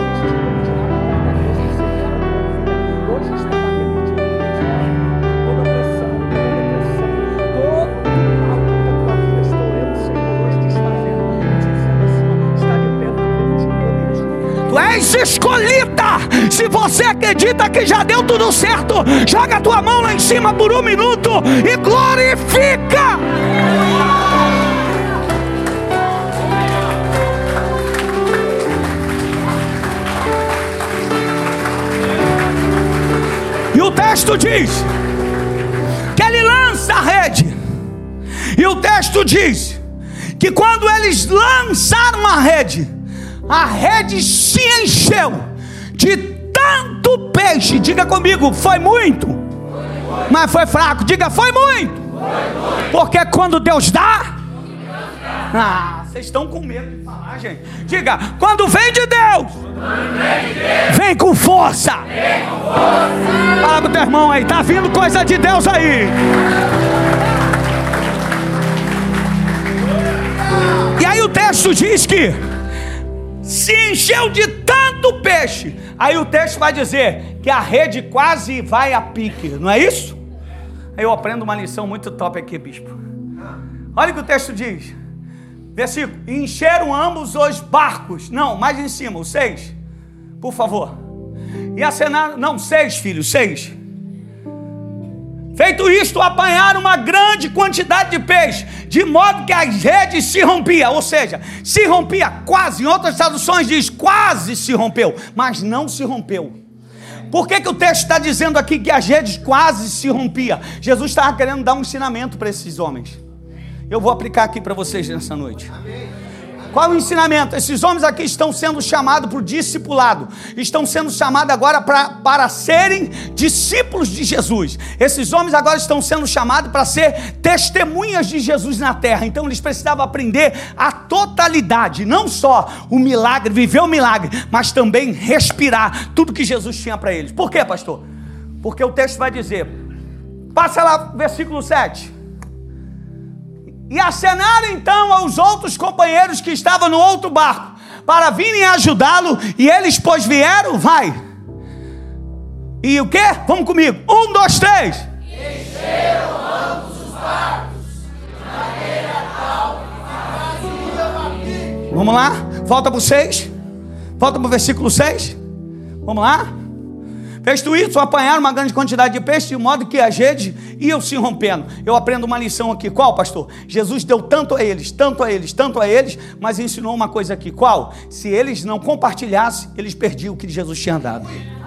hoje está batendo de toda pressão, toda a luta da tua vida. Estou eu, Senhor, hoje te está vendo, dizendo assim: está de pé, Deus de poderes. Tu és escolhida. Se você acredita que já deu tudo certo, joga a tua mão lá em cima por 1 minuto e glorifica. E o texto diz que ele lança a rede. E o texto diz que quando eles lançaram a rede se encheu de tanto peixe. Diga comigo: foi muito, mas foi fraco. Diga: foi muito. Porque quando Deus dá, vocês estão com medo de falar, gente. Diga: quando vem de Deus, vem com força. Fala pro teu irmão aí: tá vindo coisa de Deus aí. E aí o texto diz que se encheu de tanto peixe. Aí o texto vai dizer que a rede quase vai a pique, não é isso? Aí eu aprendo uma lição muito top aqui, bispo. Olha o que o texto diz. Versículo: encheram ambos os barcos. Não, mais em cima, o 6. Por favor. E acenaram, não, 6, filho, 6. Feito isto, apanharam uma grande quantidade de peixe, de modo que as redes se rompiam. Ou seja, se rompia quase. Em outras traduções diz quase se rompeu, mas não se rompeu. Por que o texto está dizendo aqui que as redes quase se rompiam? Jesus estava querendo dar um ensinamento para esses homens. Eu vou aplicar aqui para vocês nessa noite. Qual é o ensinamento? Esses homens aqui estão sendo chamados para o discipulado. Estão sendo chamados agora para serem discípulos de Jesus. Esses homens agora estão sendo chamados para ser testemunhas de Jesus na terra. Então eles precisavam aprender a totalidade. Não só o milagre, viver o milagre, mas também respirar tudo que Jesus tinha para eles. Por quê, pastor? Porque o texto vai dizer, passa lá, versículo 7. E acenaram então aos outros companheiros que estavam no outro barco, para virem ajudá-lo, e eles, pois vieram, vai. E o quê? Vamos comigo. 1, 2, 3. Encheram ambos os barcos, de maneira tal que vamos lá, volta para o 6. Volta para o versículo 6. Vamos lá. Feito isso, apanharam uma grande quantidade de peixe, de modo que as redes iam se rompendo. Eu aprendo uma lição aqui. Qual, pastor? Jesus deu tanto a eles, tanto a eles, tanto a eles, mas ensinou uma coisa aqui. Qual? Se eles não compartilhassem, eles perdiam o que Jesus tinha dado.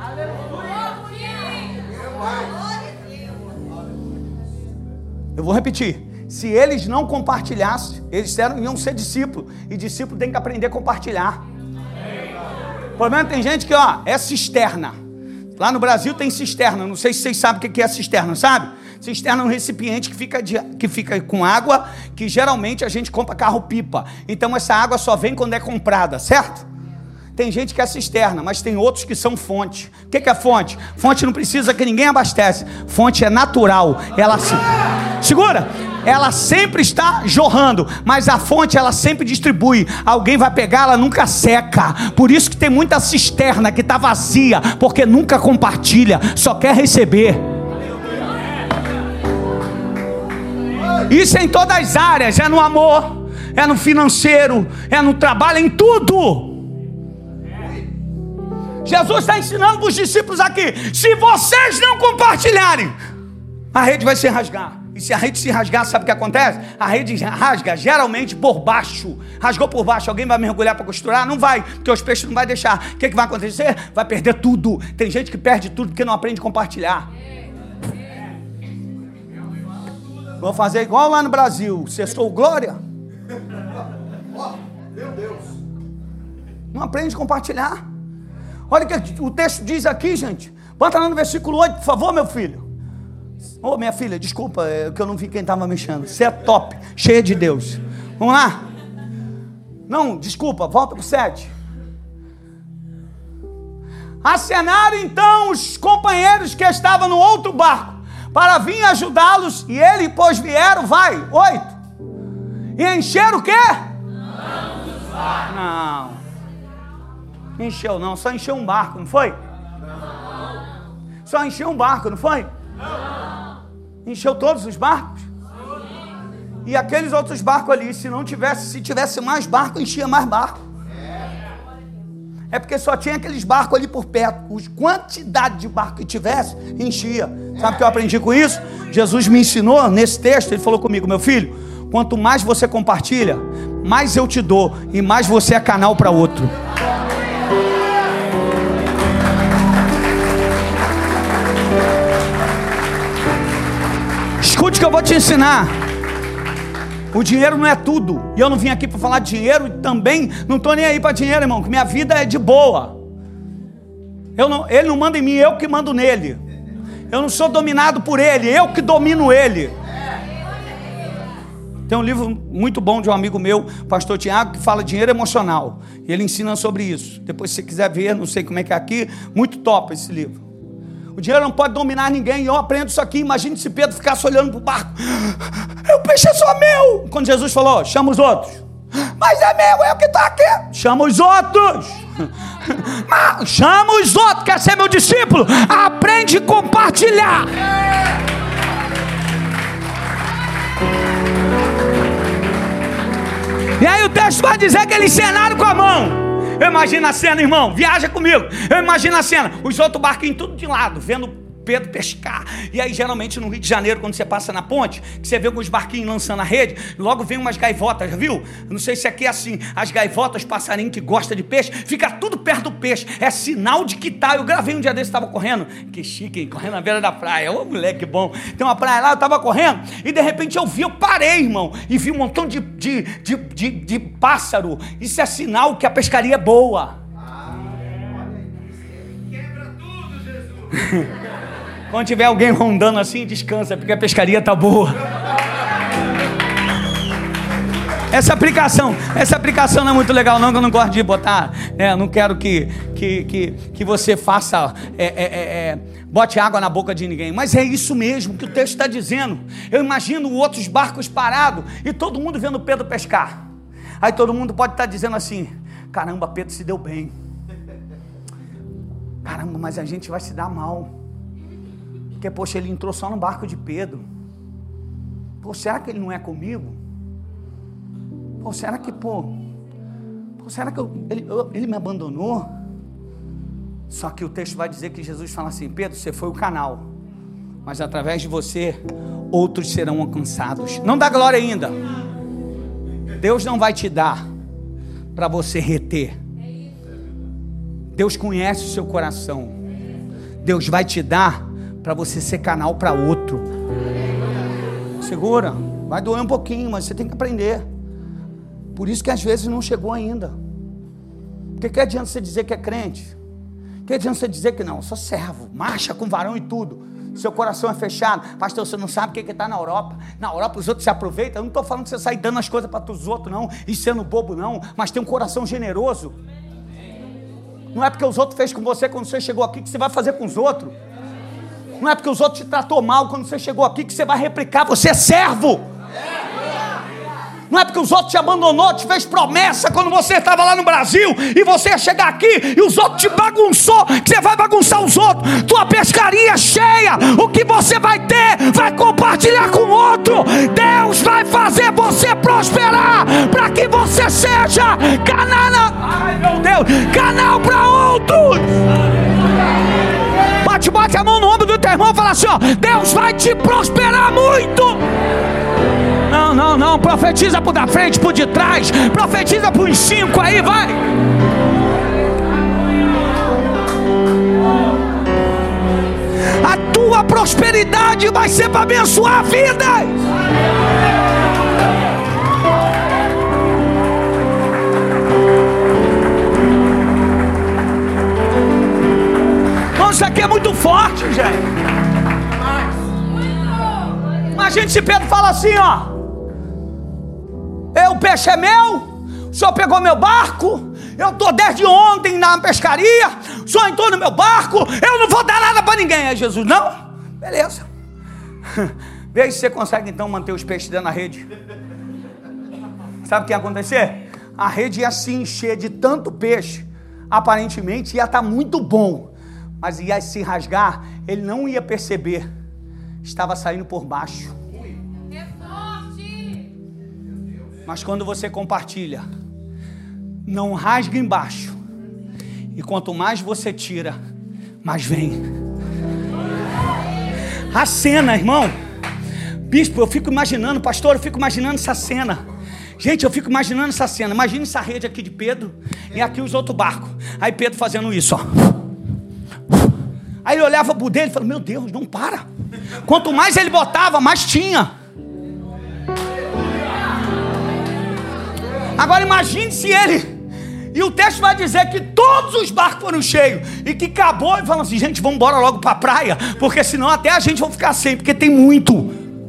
Eu vou repetir. Se eles não compartilhassem, eles iam ser discípulos. E discípulo tem que aprender a compartilhar. O problema é que tem gente que, é cisterna. Lá no Brasil tem cisterna, não sei se vocês sabem o que é cisterna, sabe? Cisterna é um recipiente que fica com água, que geralmente a gente compra carro-pipa. Então essa água só vem quando é comprada, certo? Tem gente que é cisterna, mas tem outros que são fonte. O que é fonte? Fonte não precisa que ninguém abastece. Fonte é natural. Ela segura! Ela sempre está jorrando, mas a fonte ela sempre distribui. Alguém vai pegar, ela nunca seca. Por isso que tem muita cisterna que está vazia, porque nunca compartilha, só quer receber. Isso é em todas as áreas, é no amor, é no financeiro, é no trabalho, é em tudo. Jesus está ensinando para os discípulos aqui: se vocês não compartilharem, a rede vai se rasgar. E se a rede se rasgar, sabe o que acontece? A rede rasga geralmente por baixo. Rasgou por baixo, alguém vai mergulhar para costurar? Não vai, porque os peixes não vai deixar. O que vai acontecer? Vai perder tudo. Tem gente que perde tudo porque não aprende a compartilhar. Vou fazer igual lá no Brasil. Sextou glória. meu Deus. Não aprende a compartilhar. Olha o que o texto diz aqui, gente. Bota lá no versículo 8, por favor, meu filho. Ô, minha filha, desculpa, que eu não vi quem estava mexendo. Você é top, cheia de Deus. Vamos lá? Não, desculpa, volta para o 7. Acenaram então os companheiros que estavam no outro barco, para vir ajudá-los, e ele, pois vieram, vai, 8. E encheram o quê? Não. Encheu não, só encheu um barco, não foi? Só encheu um barco, não foi? Encheu todos os barcos? E aqueles outros barcos ali, se tivesse mais barco, enchia mais barco. É porque só tinha aqueles barcos ali por perto. A quantidade de barco que tivesse, enchia. Sabe o que eu aprendi com isso? Jesus me ensinou nesse texto, ele falou comigo: meu filho, quanto mais você compartilha, mais eu te dou, e mais você é canal para outro. Escute o que eu vou te ensinar. O dinheiro não é tudo. E eu não vim aqui para falar de dinheiro. E também não estou nem aí para dinheiro, irmão, que minha vida é de boa. Ele não manda em mim, eu que mando nele. Eu não sou dominado por ele, eu que domino ele. Tem um livro muito bom de um amigo meu, pastor Tiago, que fala dinheiro emocional. E ele ensina sobre isso. Depois, se você quiser ver, não sei como é que é aqui, muito top esse livro. O dinheiro não pode dominar ninguém. E eu aprendo isso aqui. Imagine se Pedro ficasse olhando para o barco. O peixe é só meu. Quando Jesus falou: chama os outros. Mas é meu, eu que estou aqui. Chama os outros. Chama os outros. Quer ser meu discípulo? Aprende a compartilhar. E aí o texto vai dizer que eles cenaram com a mão. Eu imagino a cena, irmão. Viaja comigo. Eu imagino a cena. Os outros barquinhos tudo de lado, vendo Pedro pescar. E aí geralmente no Rio de Janeiro, quando você passa na ponte, que você vê alguns barquinhos lançando a rede, logo vem umas gaivotas, já viu? Não sei se aqui é assim. As gaivotas, passarinho que gosta de peixe, fica tudo perto do peixe. É sinal de que tá. Eu gravei um dia desse, estava correndo. Que chique, hein? Correndo na beira da praia. Ô, moleque bom. Tem uma praia lá, eu estava correndo. E de repente eu parei, irmão. E vi um montão de pássaro. Isso é sinal que a pescaria é boa. Quebra tudo, Jesus. Quando tiver alguém rondando assim, descansa, porque a pescaria tá boa. Essa aplicação não é muito legal não, que eu não gosto de botar, eu não quero que você faça, bote água na boca de ninguém, mas é isso mesmo que o texto está dizendo. Eu imagino outros barcos parados e todo mundo vendo Pedro pescar. Aí todo mundo pode estar dizendo assim: caramba, Pedro se deu bem. Caramba, mas a gente vai se dar mal. Porque, poxa, ele entrou só no barco de Pedro. Pô, será que ele não é comigo? Pô, será que, ele me abandonou? Só que o texto vai dizer que Jesus fala assim: Pedro, você foi o canal, mas através de você, outros serão alcançados. Não dá glória ainda. Deus não vai te dar para você reter. Deus conhece o seu coração. Deus vai te dar para você ser canal para outro. Segura, vai doer um pouquinho, mas você tem que aprender. Por isso que às vezes não chegou ainda. Porque que adianta você dizer que é crente? Que adianta você dizer que não, eu sou servo, marcha com varão e tudo. Seu coração é fechado. Pastor, você não sabe o que está na Europa. Na Europa os outros se aproveitam. Eu não estou falando que você sai dando as coisas para os outros não, e sendo bobo não, mas tem um coração generoso. Não é porque os outros fez com você quando você chegou aqui que você vai fazer com os outros. Não é porque os outros te tratou mal quando você chegou aqui que você vai replicar. Você é servo. Não é porque os outros te abandonou, te fez promessa quando você estava lá no Brasil e você ia chegar aqui e os outros te bagunçou, que você vai bagunçar os outros. Tua pescaria é cheia. O que você vai ter, vai compartilhar com o outro. Deus vai fazer você prosperar para que você seja canal para outros. Bate a mão no ombro do teu irmão e fala assim: ó, Deus vai te prosperar muito. Não, profetiza por da frente, por de trás, profetiza por uns 5 aí, vai. A tua prosperidade vai ser para abençoar vidas. Isso aqui é muito forte, gente. Imagina se Pedro fala assim, ó: o peixe é meu, o senhor pegou meu barco, eu estou desde ontem na pescaria, o senhor entrou no meu barco, eu não vou dar nada para ninguém. Aí Jesus: não, beleza. Vê se você consegue então manter os peixes dentro da rede. Sabe o que ia acontecer? A rede ia se encher de tanto peixe, aparentemente ia estar muito bom, mas ia se rasgar, ele não ia perceber, estava saindo por baixo. É forte. Mas quando você compartilha, não rasga embaixo, e quanto mais você tira, mais vem. A cena, irmão, bispo, eu fico imaginando, pastor, eu fico imaginando essa cena. Gente, eu fico imaginando essa cena. Imagina essa rede aqui de Pedro e aqui os outros barcos. Aí Pedro fazendo isso, ó. Aí ele olhava pro dele e falava: meu Deus, não para. Quanto mais ele botava, mais tinha. Agora imagine se ele... E o texto vai dizer que todos os barcos foram cheios. E que acabou e falou assim: gente, vamos embora logo para a praia, porque senão até a gente vai ficar sem, porque tem muito.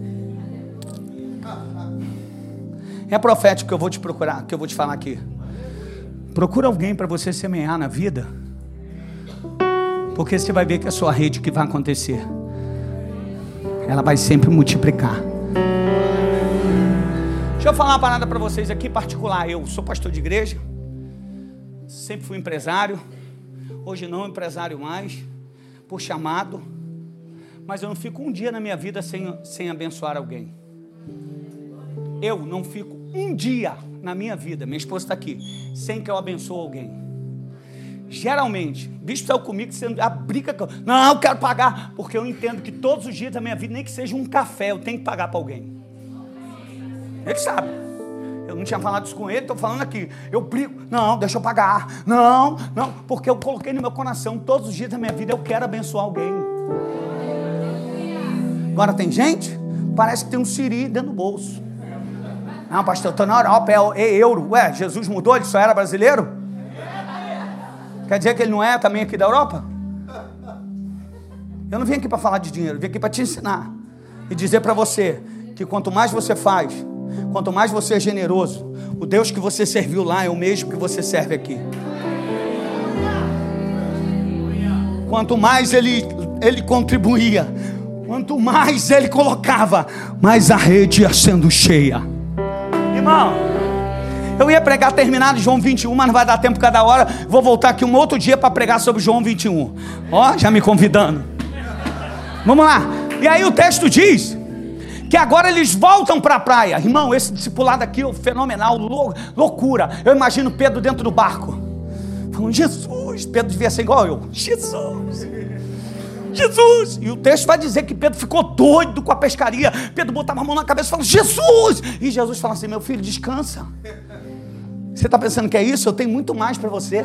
É profético que eu vou te procurar, que eu vou te falar aqui. Procura alguém para você semear na vida, porque você vai ver que a sua rede, que vai acontecer, ela vai sempre multiplicar. Deixa eu falar uma parada para vocês aqui, particular. Eu sou pastor de igreja, sempre fui empresário, hoje não empresário mais, por chamado, mas eu não fico um dia na minha vida sem abençoar alguém. Eu não fico um dia na minha vida, minha esposa está aqui, sem que eu abençoe alguém. Geralmente, bicho saiu comigo, você briga com... Não, eu quero pagar, porque eu entendo que todos os dias da minha vida, nem que seja um café, eu tenho que pagar para alguém. Ele sabe. Eu não tinha falado isso com ele, estou falando aqui. Eu brigo, não, deixa eu pagar. Não, porque eu coloquei no meu coração, todos os dias da minha vida eu quero abençoar alguém. Agora tem gente, parece que tem um siri dentro do bolso. Não, pastor, eu estou na Europa, é euro. Ué, Jesus mudou, ele só era brasileiro? Quer dizer que ele não é também aqui da Europa? Eu não vim aqui para falar de dinheiro, eu vim aqui para te ensinar. E dizer para você, que quanto mais você faz, quanto mais você é generoso, o Deus que você serviu lá é o mesmo que você serve aqui. Quanto mais ele contribuía, quanto mais ele colocava, mais a rede ia sendo cheia. Irmão, eu ia pregar terminado João 21, mas não vai dar tempo cada hora. Vou voltar aqui um outro dia para pregar sobre João 21. Ó, já me convidando. Vamos lá. E aí o texto diz que agora eles voltam para a praia. Irmão, esse discipulado aqui é fenomenal, loucura. Eu imagino Pedro dentro do barco, falando, Jesus. Pedro devia ser igual eu. Jesus. E o texto vai dizer que Pedro ficou doido com a pescaria. Pedro botava a mão na cabeça e falava, Jesus. E Jesus fala assim, meu filho, descansa. Você está pensando que é isso? Eu tenho muito mais para você.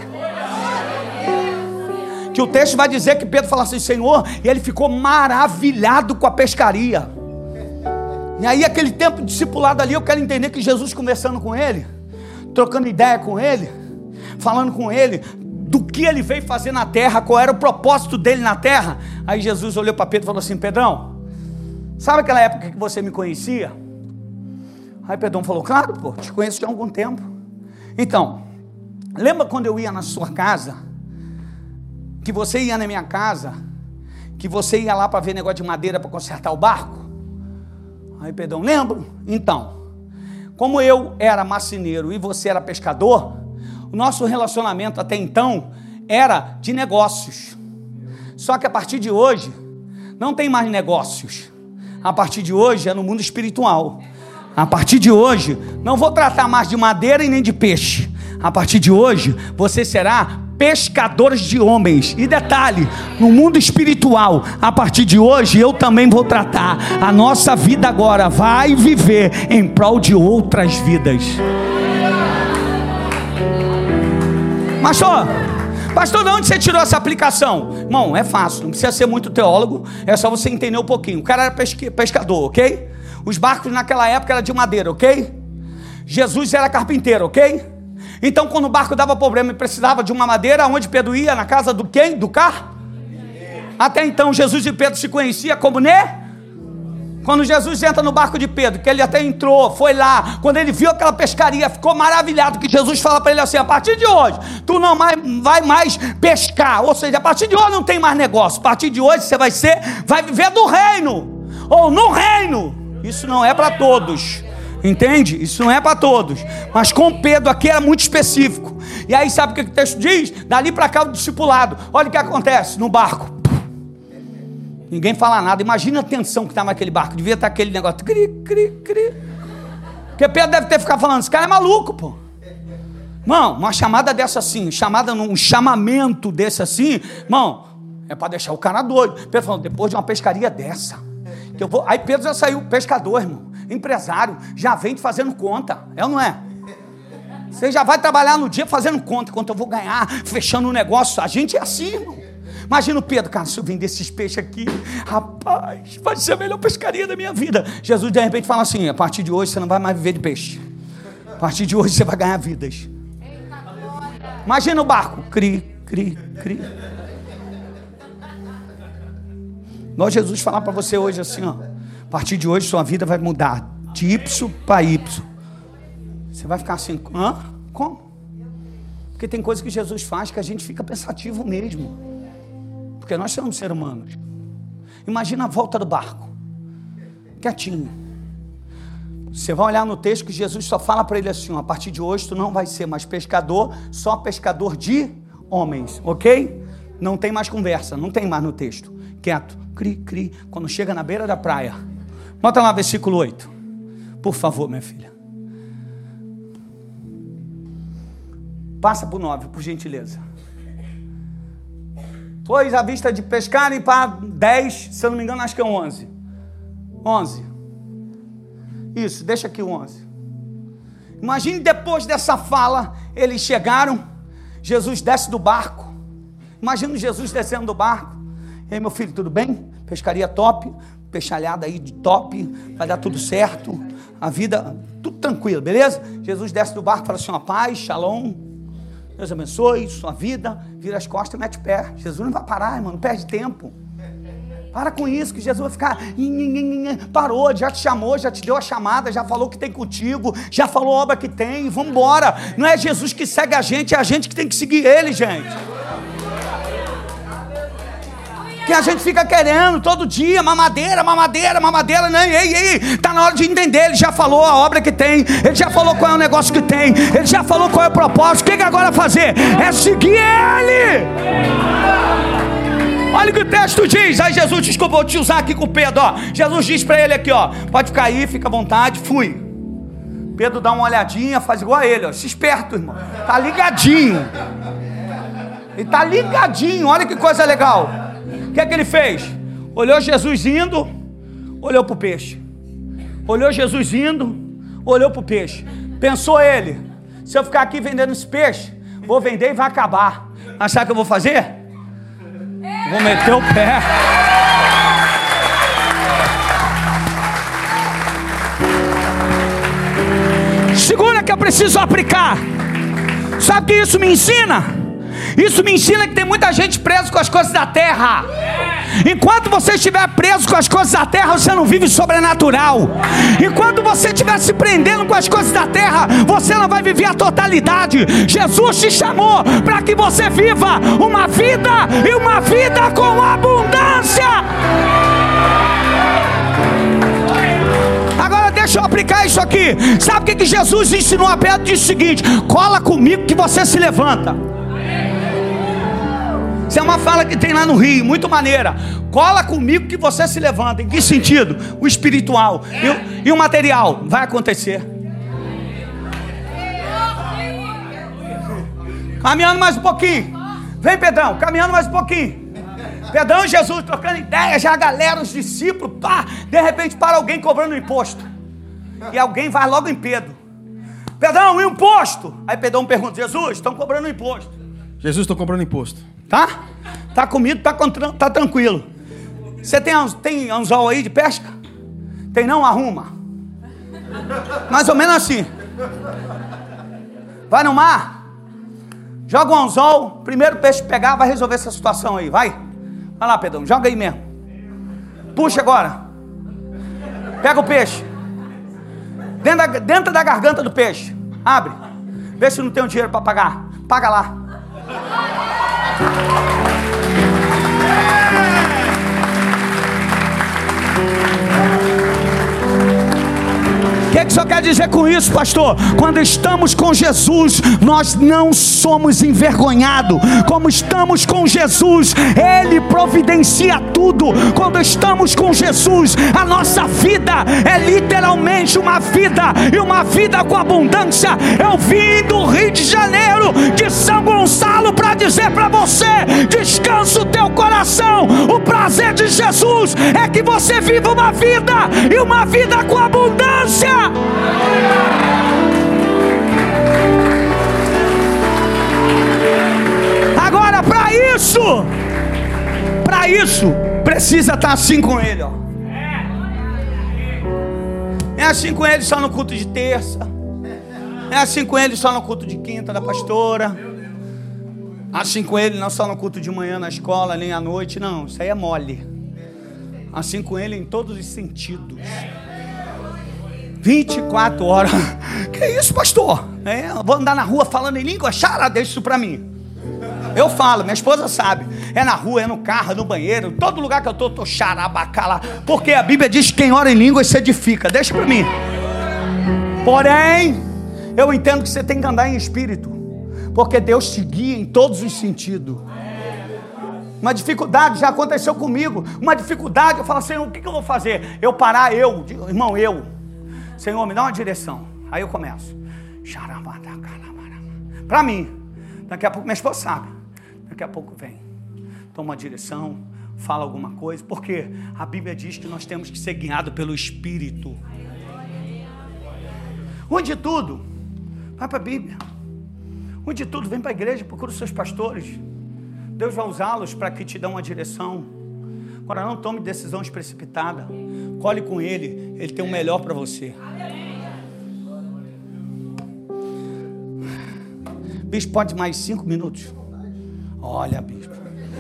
Que o texto vai dizer que Pedro fala assim, Senhor, e ele ficou maravilhado com a pescaria. E aí aquele tempo de discipulado ali, eu quero entender que Jesus conversando com ele, trocando ideia com ele, falando com ele do que ele veio fazer na terra, qual era o propósito dele na terra. Aí Jesus olhou para Pedro e falou assim, Pedrão, sabe aquela época que você me conhecia? Aí Pedrão falou, claro, pô, te conheço já há algum tempo. Então, lembra quando eu ia na sua casa, que você ia na minha casa, que você ia lá para ver negócio de madeira para consertar o barco? Aí Pedrão, lembro? Então, como eu era marceneiro e você era pescador, o nosso relacionamento até então era de negócios. Só que a partir de hoje, não tem mais negócios. A partir de hoje é no mundo espiritual. A partir de hoje, não vou tratar mais de madeira e nem de peixe. A partir de hoje, você será pescadores de homens. E detalhe, no mundo espiritual, a partir de hoje, eu também vou tratar. A nossa vida agora vai viver em prol de outras vidas. Pastor, de onde você tirou essa aplicação? Irmão, é fácil, não precisa ser muito teólogo, é só você entender um pouquinho. O cara era pescador, ok? Os barcos naquela época eram de madeira, ok? Jesus era carpinteiro, ok? Então quando o barco dava problema e precisava de uma madeira, onde Pedro ia? Na casa do quem? Do carro? Até então Jesus e Pedro se conheciam como Quando Jesus entra no barco de Pedro, que ele até entrou, foi lá, quando ele viu aquela pescaria, ficou maravilhado, que Jesus fala para ele assim, a partir de hoje, tu não vai mais pescar, ou seja, a partir de hoje não tem mais negócio, a partir de hoje você vai viver do reino, ou no reino. Isso não é para todos, entende? Isso não é para todos, mas com Pedro aqui era muito específico. E aí sabe o que o texto diz? Dali para cá o discipulado, olha o que acontece no barco. Ninguém fala nada. Imagina a tensão que estava naquele barco. Devia estar aquele negócio. Cri. Porque Pedro deve ter ficado falando, esse cara é maluco, pô. Irmão, uma chamada dessa assim, um chamamento desse assim, irmão, é para deixar o cara doido. Pedro falou, depois de uma pescaria dessa, que eu vou... Aí Pedro já saiu pescador, irmão, empresário, já vem fazendo conta, é ou não é? Você já vai trabalhar no dia fazendo conta, quanto eu vou ganhar, fechando o negócio. A gente é assim, irmão. Imagina o Pedro, cara, se eu vender esses peixes aqui, rapaz, vai ser a melhor pescaria da minha vida. Jesus de repente fala assim, a partir de hoje você não vai mais viver de peixe. A partir de hoje você vai ganhar vidas. Imagina o barco, cri. Nós Jesus falar para você hoje assim, ó, a partir de hoje sua vida vai mudar de Y para Y. Você vai ficar assim, hã? Como? Porque tem coisas que Jesus faz que a gente fica pensativo mesmo. Porque nós somos seres humanos. Imagina a volta do barco, quietinho. Você vai olhar no texto que Jesus só fala para ele assim, ó, a partir de hoje tu não vai ser mais pescador, só pescador de homens, ok? Não tem mais conversa, não tem mais no texto. Quieto, cri, cri, quando chega na beira da praia. Bota lá versículo 8, por favor, minha filha. Passa para o 9, por gentileza. Pois à vista de pescar e para 10, se eu não me engano, acho que é 11. 11. Isso, deixa aqui o 11. Imagine depois dessa fala, eles chegaram, Jesus desce do barco. Imagina Jesus descendo do barco. E aí, meu filho, tudo bem? Pescaria top, peixalhada aí de top, vai dar tudo certo. A vida, tudo tranquilo, beleza? Jesus desce do barco e fala assim, ó, paz, shalom, Deus abençoe sua vida, vira as costas e mete o pé. Jesus não vai parar, irmão, não perde tempo. Para com isso, que Jesus vai ficar, parou, já te chamou, já te deu a chamada, já falou que tem contigo, já falou a obra que tem, vamos embora. Não é Jesus que segue a gente, é a gente que tem que seguir ele, gente. Que a gente fica querendo todo dia, mamadeira, não, ei, tá na hora de entender, ele já falou a obra que tem, ele já falou qual é o negócio que tem, ele já falou qual é o propósito, o que agora fazer? É seguir ele! Olha o que o texto diz. Aí Jesus, desculpa, vou te usar aqui com o Pedro, ó. Jesus diz para ele aqui, ó, pode ficar aí, fica à vontade, fui. Pedro dá uma olhadinha, faz igual a ele, ó, se esperto, irmão, tá ligadinho. Ele tá ligadinho, olha que coisa legal. O que é que ele fez? Olhou Jesus indo, olhou para o peixe. Olhou Jesus indo, olhou para o peixe. Pensou ele, se eu ficar aqui vendendo esse peixe, vou vender e vai acabar. Mas sabe o que eu vou fazer? Vou meter o pé. Segura que eu preciso aplicar. Sabe o que isso me ensina? Isso me ensina que tem muita gente preso com as coisas da terra. Enquanto você estiver preso com as coisas da terra, você não vive sobrenatural. Enquanto você estiver se prendendo com as coisas da terra, você não vai viver a totalidade. Jesus te chamou para que você viva uma vida, e uma vida com abundância. Agora deixa eu aplicar isso aqui. Sabe o que Jesus ensinou a Pedro? Disse o seguinte: cola comigo que você se levanta. Isso é uma fala que tem lá no Rio, muito maneira. Cola comigo que você se levanta. Em que sentido? O espiritual e o material. Vai acontecer. Caminhando mais um pouquinho. Vem, Pedrão, caminhando mais um pouquinho. Pedrão e Jesus trocando ideia, já a galera, os discípulos, pá. De repente para alguém cobrando imposto. E alguém vai logo em Pedro. Pedrão, e o imposto? Aí Pedrão pergunta: Jesus, estão cobrando imposto. Jesus, estou cobrando imposto. Tá comido, tá tranquilo. Você tem anzol aí de pesca? Tem não? Arruma. Mais ou menos assim. Vai no mar, joga um anzol, primeiro peixe pegar, vai resolver essa situação aí, vai. Vai lá, Pedrão, joga aí mesmo. Puxa agora. Pega o peixe. Dentro da garganta do peixe. Abre. Vê se não tem o dinheiro para pagar. Paga lá. O que o senhor quer dizer com isso, pastor? Quando estamos com Jesus, nós não somos envergonhados. Como estamos com Jesus, Ele providencia tudo. Quando estamos com Jesus, a nossa vida é literalmente uma vida, e uma vida com abundância. Eu vim do Rio de Janeiro, de São Gonçalo, para dizer para você: descansa o teu coração. O prazer de Jesus é que você viva uma vida, e uma vida com abundância. Agora, para isso precisa estar assim com Ele, ó. É assim com Ele só no culto de terça, é assim com Ele só no culto de quinta da pastora, assim com Ele não só no culto de manhã na escola, nem à noite, não, isso aí é mole. Assim com Ele em todos os sentidos, 24 horas. Que isso, pastor? Eu vou andar na rua falando em língua? Xará, deixa isso pra mim. Eu falo, minha esposa sabe. É na rua, é no carro, é no banheiro, todo lugar que eu tô xarabacá lá. Porque a Bíblia diz que quem ora em línguas se edifica. Deixa pra mim. Porém, eu entendo que você tem que andar em espírito, porque Deus te guia em todos os sentidos. Uma dificuldade já aconteceu comigo. Uma dificuldade, eu falo, Senhor, o que eu vou fazer? Eu parar, irmão, Senhor, me dá uma direção. Aí eu começo. Para mim, daqui a pouco minha esposa sabe. Daqui a pouco vem, toma uma direção, fala alguma coisa, porque a Bíblia diz que nós temos que ser guiados pelo Espírito. Onde tudo, vai para a Bíblia. Onde tudo, vem para a igreja, procura os seus pastores. Deus vai usá-los para que te dão uma direção. Agora não tome decisões precipitadas. Colhe com Ele, Ele tem o melhor para você. Bispo, pode mais 5 minutos? Olha, bispo.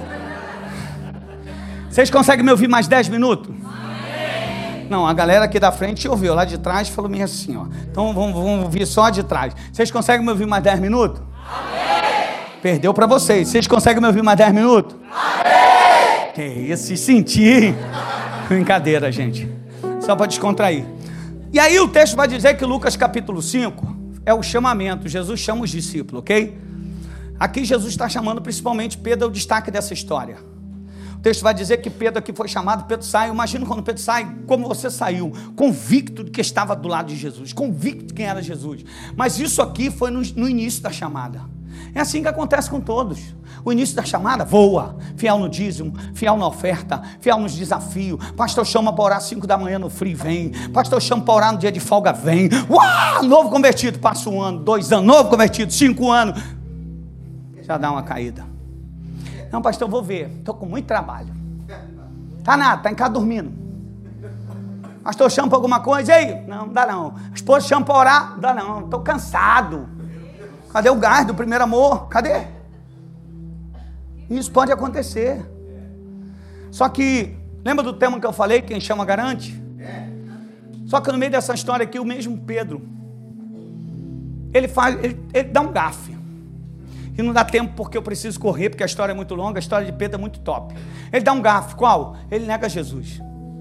Vocês conseguem me ouvir mais 10 minutos? Não, a galera aqui da frente ouviu, lá de trás falou meio assim, ó. Então vamos ouvir só de trás. Vocês conseguem me ouvir mais 10 minutos? Perdeu para vocês. Vocês conseguem me ouvir mais 10 minutos? Amém! Que isso, se sentir. Brincadeira, gente. Só para descontrair. E aí o texto vai dizer que Lucas capítulo 5 é o chamamento. Jesus chama os discípulos, ok? Aqui Jesus está chamando principalmente Pedro, é o destaque dessa história. O texto vai dizer que Pedro aqui foi chamado, Pedro sai. Imagina quando Pedro sai, como você saiu, convicto de que estava do lado de Jesus, convicto de quem era Jesus. Mas isso aqui foi no início da chamada. É assim que acontece com todos. O início da chamada, voa. Fiel no dízimo, fiel na oferta, fiel nos desafios. Pastor chama para orar 5 da manhã no frio, vem. Pastor chama para orar no dia de folga, vem. Uau! Novo convertido, passa 1 ano, 2 anos. Novo convertido, 5 anos. Já dá uma caída. Não, pastor, eu vou ver. Estou com muito trabalho. Tá nada, está em casa dormindo. Pastor chama para alguma coisa, e aí? Não dá não. A esposa chama para orar, não dá não. Estou cansado. Cadê o gás do primeiro amor? Cadê? Isso pode acontecer. Só que, lembra do tema que eu falei, quem chama garante? Só que no meio dessa história aqui, o mesmo Pedro, ele dá um gafe. E não dá tempo porque eu preciso correr, porque a história é muito longa, a história de Pedro é muito top. Ele dá um gafe, qual? Ele nega Jesus.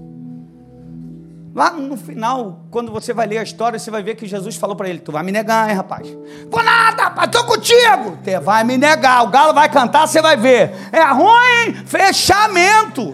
Lá no final, quando você vai ler a história, você vai ver que Jesus falou para ele, tu vai me negar, hein, rapaz? Vou nada, rapaz, estou contigo. Você vai me negar, o galo vai cantar, você vai ver. É ruim, fechamento.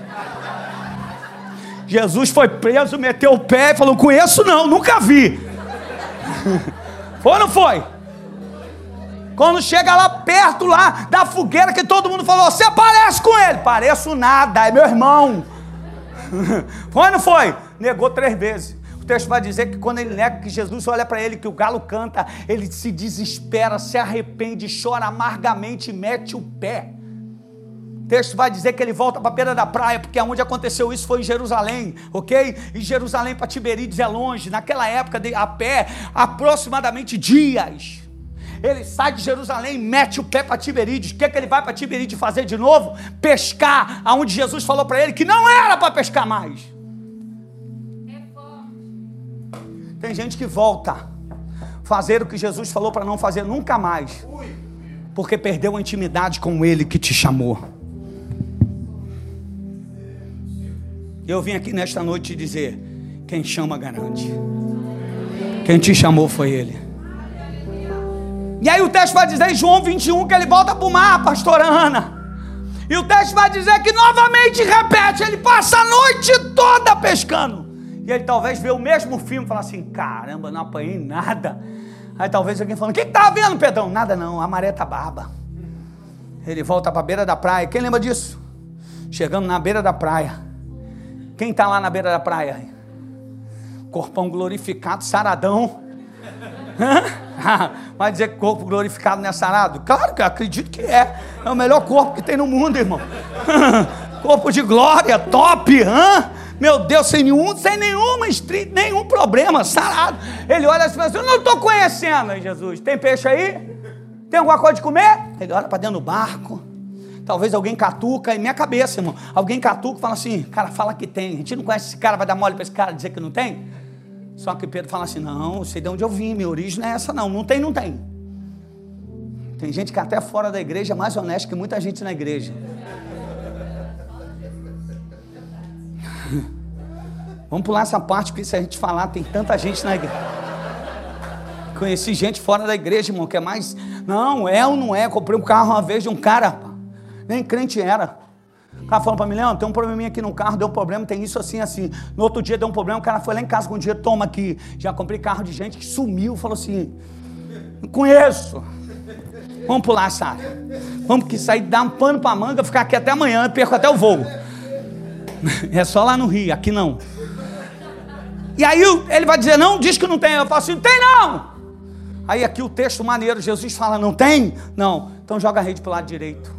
Jesus foi preso, meteu o pé e falou, conheço não, nunca vi. Foi ou não foi? Quando chega lá perto lá da fogueira, que todo mundo falou, você parece com ele. Pareço nada, é meu irmão. Foi ou não foi? Negou 3 vezes. O texto vai dizer que quando ele nega, que Jesus olha para ele, que o galo canta, ele se desespera, se arrepende, chora amargamente e mete o pé. O texto vai dizer que ele volta para a beira da praia, porque onde aconteceu isso foi em Jerusalém, ok? E Jerusalém para Tiberíades é longe, naquela época a pé, aproximadamente dias. Ele sai de Jerusalém, mete o pé para Tiberíades. O que ele vai para Tiberíades fazer de novo? Pescar, aonde Jesus falou para ele que não era para pescar mais. Tem gente que volta a fazer o que Jesus falou para não fazer nunca mais, porque perdeu a intimidade com ele que te chamou. Eu vim aqui nesta noite dizer, quem chama garante. Quem te chamou foi ele. E aí o texto vai dizer em João 21 que ele volta para o mar, pastora Ana. E o texto vai dizer que novamente repete, ele passa a noite toda pescando. E ele talvez vê o mesmo filme e fala assim, caramba, não apanhei nada. Aí talvez alguém falando, o que tá vendo, Pedrão? Nada não, a maré tá braba. Ele volta para a beira da praia, quem lembra disso? Chegando na beira da praia. Quem tá lá na beira da praia? Corpão glorificado, saradão. Vai dizer que corpo glorificado não é sarado? Claro que eu acredito que é. É o melhor corpo que tem no mundo, irmão. Corpo de glória, top. Meu Deus, sem nenhuma estrita, nenhum problema, sarado. Ele olha assim e fala assim, eu não estou conhecendo. Aí Jesus, tem peixe aí? Tem alguma coisa de comer? Ele olha para dentro do barco. Talvez alguém catuca, em minha cabeça, irmão. Alguém catuca e fala assim, cara, fala que tem. A gente não conhece esse cara, vai dar mole para esse cara dizer que não tem? Só que Pedro fala assim, não, sei de onde eu vim, minha origem não é essa não, não tem. Tem gente que até fora da igreja é mais honesta que muita gente na igreja. Vamos pular essa parte, porque se a gente falar, tem tanta gente na igreja. Conheci gente fora da igreja, irmão, que é mais... Não, é ou não é? Comprei um carro uma vez de um cara, pá. Nem crente era. O cara falou para mim, Leandro, tem um probleminha aqui no carro, deu um problema, tem isso assim, assim. No outro dia deu um problema, o cara foi lá em casa com o dinheiro, toma aqui. Já comprei carro de gente que sumiu, falou assim, não conheço. Vamos pular, sabe? Vamos que sair, dar um pano para manga, ficar aqui até amanhã, perco até o voo. É só lá no Rio, aqui não. E aí ele vai dizer, não, diz que não tem. Eu falo assim, não tem não. Aí aqui o texto maneiro, Jesus fala, não tem? Não, então joga a rede para o lado direito.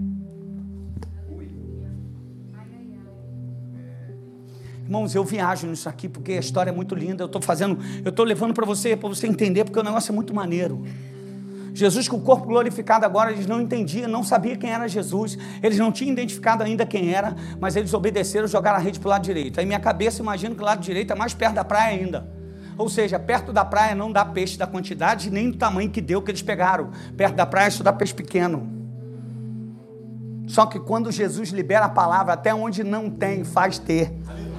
Irmãos, eu viajo nisso aqui porque a história é muito linda. Eu estou levando para você entender, porque o negócio é muito maneiro. Jesus com o corpo glorificado agora, eles não entendiam, não sabiam quem era Jesus, eles não tinham identificado ainda quem era, mas eles obedeceram, jogaram a rede para o lado direito. Aí minha cabeça, imagino que o lado direito é mais perto da praia ainda, ou seja, perto da praia não dá peixe da quantidade, nem do tamanho que deu que eles pegaram, perto da praia só dá peixe pequeno. Só que quando Jesus libera a palavra, até onde não tem, faz ter.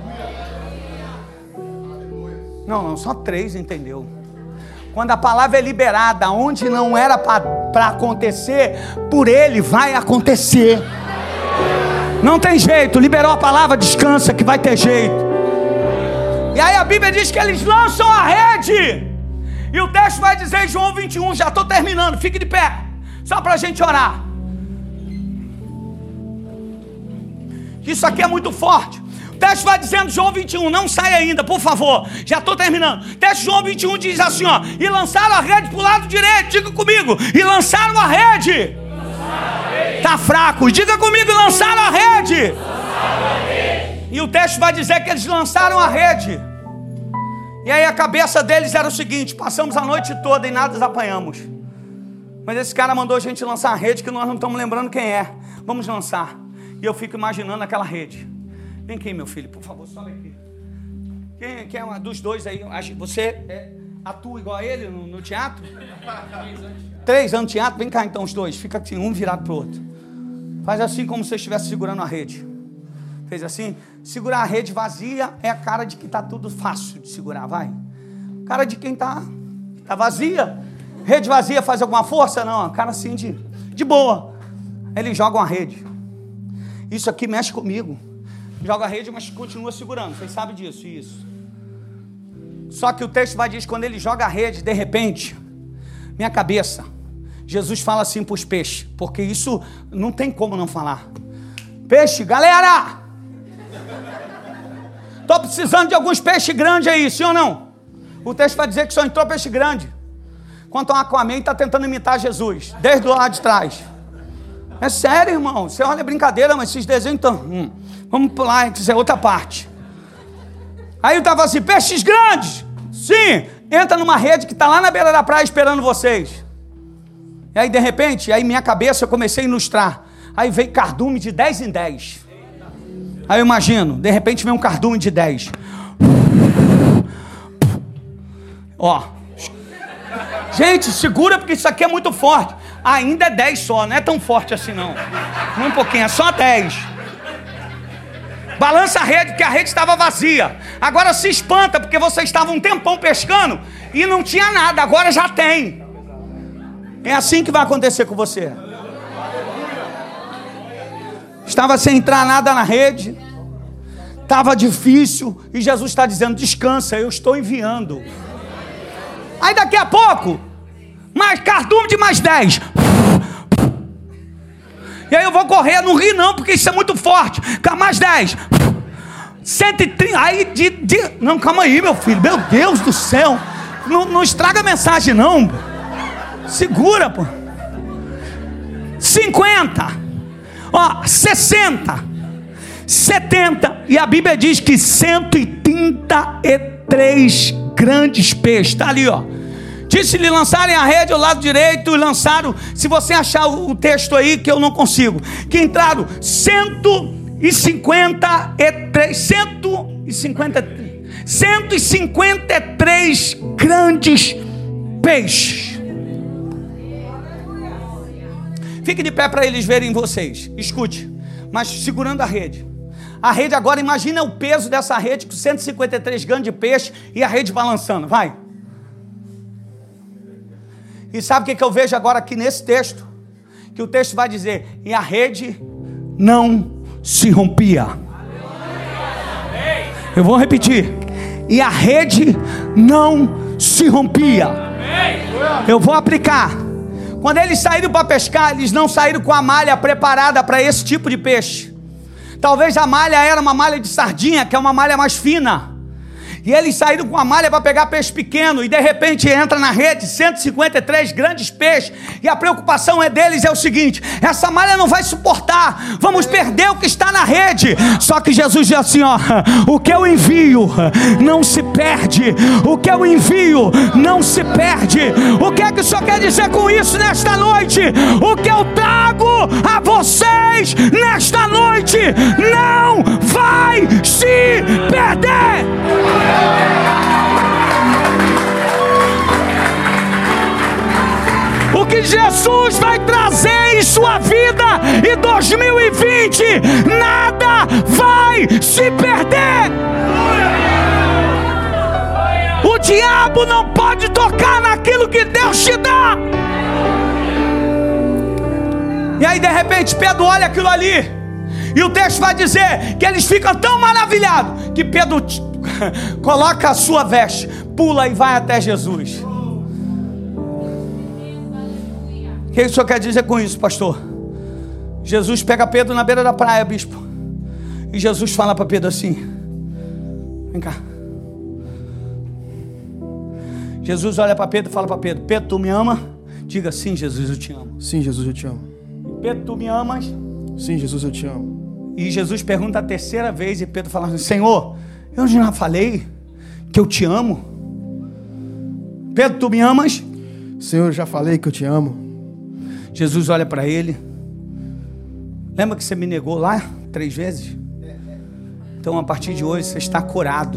Não, só 3, entendeu? Quando a palavra é liberada, onde não era para acontecer, por ele vai acontecer. Não tem jeito, liberou a palavra, descansa que vai ter jeito. E aí a Bíblia diz que eles lançam a rede. E o texto vai dizer em João 21, já estou terminando, fique de pé, só para a gente orar. Isso aqui é muito forte. O texto vai dizendo, João 21, não sai ainda, por favor, já estou terminando. O texto de João 21 diz assim, ó, e lançaram a rede para o lado direito, diga comigo, e lançaram a rede. Está fraco, diga comigo, lançaram a rede. E o texto vai dizer que eles lançaram a rede. E aí a cabeça deles era o seguinte, passamos a noite toda e nada apanhamos. Mas esse cara mandou a gente lançar a rede que nós não estamos lembrando quem é. Vamos lançar. E eu fico imaginando aquela rede. Vem aqui, meu filho, por favor, sobe aqui. Quem é uma dos dois aí? Você atua igual a ele no teatro? 3 anos de teatro? Vem cá então os dois. Fica assim, um virado pro outro. Faz assim como se você estivesse segurando a rede. Fez assim? Segurar a rede vazia é a cara de que está tudo fácil de segurar, vai. Cara de quem tá vazia. Rede vazia faz alguma força? Não, cara assim de boa. Eles jogam a rede. Isso aqui mexe comigo. Joga a rede, mas continua segurando. Vocês sabem disso, isso. Só que o texto vai dizer que quando ele joga a rede, de repente, minha cabeça, Jesus fala assim para os peixes, porque isso não tem como não falar. Peixe, galera! Estou precisando de alguns peixes grandes aí, sim ou não? O texto vai dizer que só entrou peixe grande. Enquanto o Aquaman está tentando imitar Jesus, desde o lado de trás. É sério, irmão. Você olha, é brincadeira, mas esses desenhos estão... Vamos pular, isso é outra parte. Aí eu estava assim, peixes grandes. Sim, entra numa rede que está lá na beira da praia esperando vocês. E aí, de repente, aí minha cabeça eu comecei a ilustrar. Aí veio cardume de 10 em 10. Aí eu imagino, de repente vem um cardume de 10. Ó. Gente, segura porque isso aqui é muito forte. Ainda é 10 só, não é tão forte assim não. Um pouquinho, é só 10. Balança a rede, porque a rede estava vazia. Agora se espanta, porque você estava um tempão pescando e não tinha nada, agora já tem. É assim que vai acontecer com você. Estava sem entrar nada na rede, estava difícil, e Jesus está dizendo, descansa, eu estou enviando. Aí daqui a pouco, mais cardume de mais 10. E aí eu vou correr, não ri não, porque isso é muito forte. Mais 10. 130. Aí não, calma aí, meu filho. Meu Deus do céu. Não estraga a mensagem, não. Segura, pô. 50. Ó, 60. 70. E a Bíblia diz que 133 grandes peixes. Está ali, ó. Disse-lhe lançarem a rede ao lado direito e lançaram, se você achar o texto aí que eu não consigo, que entraram 153 grandes peixes. Fique de pé para eles verem vocês, escute, mas segurando a rede. A rede agora, imagina o peso dessa rede com 153 grandes peixes e a rede balançando, vai. E sabe o que eu vejo agora aqui nesse texto? Que o texto vai dizer: e a rede não se rompia. Eu vou repetir: e a rede não se rompia. Eu vou aplicar. Quando eles saíram para pescar, eles não saíram com a malha preparada para esse tipo de peixe. Talvez a malha era uma malha de sardinha, que é uma malha mais fina. E eles saíram com a malha para pegar peixe pequeno, e de repente entra na rede 153 grandes peixes, e a preocupação deles é o seguinte: essa malha não vai suportar, vamos perder o que está na rede. Só que Jesus diz assim, ó: o que eu envio não se perde, o que eu envio não se perde. O que é que o Senhor quer dizer com isso nesta noite? O que eu trago a vocês nesta noite não vai se perder. O que Jesus vai trazer em sua vida em 2020, nada vai se perder. O diabo não pode tocar naquilo que Deus te dá. E aí de repente Pedro olha aquilo ali, e o texto vai dizer que eles ficam tão maravilhados que Pedro coloca a sua veste, pula e vai até Jesus. O que o senhor quer dizer com isso, pastor? Jesus pega Pedro na beira da praia, bispo, e Jesus fala para Pedro assim: vem cá. Jesus olha para Pedro e fala para Pedro: Pedro, tu me ama? Diga: sim, Jesus, eu te amo. Sim, Jesus, eu te amo. Pedro, tu me amas? Sim, Jesus, eu te amo. E Jesus pergunta a terceira vez, e Pedro fala assim: Senhor, eu já falei que eu te amo. Pedro, tu me amas? Senhor, eu já falei que eu te amo. Jesus olha para ele: lembra que você me negou lá 3 vezes? Então a partir de hoje você está curado.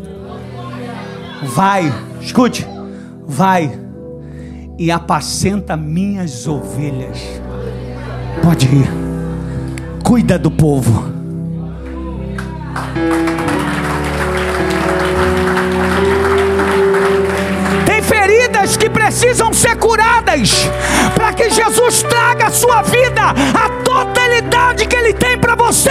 Vai, escute, vai e apacenta minhas ovelhas. Pode ir, cuida do povo. Tem feridas que precisam ser curadas para que Jesus traga a sua vida a totalidade que Ele tem para você.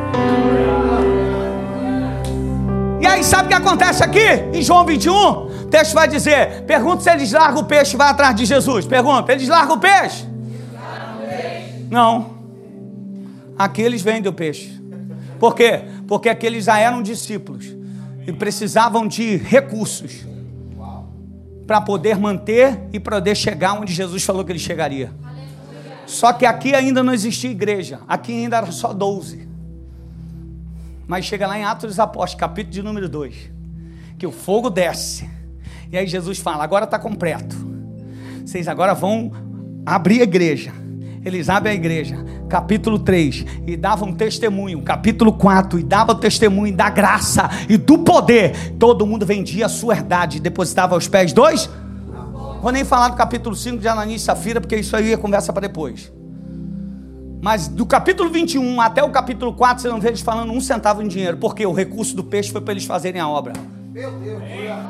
E aí sabe o que acontece aqui? Em João 21, o texto vai dizer: pergunta se eles largam o peixe e vai atrás de Jesus. Pergunta: eles largam o peixe? Não. Aqui eles vendem o peixe. Por quê? Porque aqueles já eram discípulos e precisavam de recursos para poder manter e poder chegar onde Jesus falou que ele chegaria. Só que aqui ainda não existia igreja. Aqui ainda era só 12. Mas chega lá em Atos dos Apóstolos, capítulo de número 2, que o fogo desce. E aí Jesus fala: agora está completo. Vocês agora vão abrir a igreja. Eles abrem a igreja, capítulo 3, e davam testemunho, capítulo 4, e davam testemunho da graça e do poder. Todo mundo vendia a sua herdade e depositava aos pés dos. Vou nem falar do capítulo 5 de Ananias e Safira, porque isso aí é conversa para depois. Mas do capítulo 21 até o capítulo 4, você não vê eles falando 1 centavo em dinheiro, porque o recurso do peixe foi para eles fazerem a obra. Meu Deus.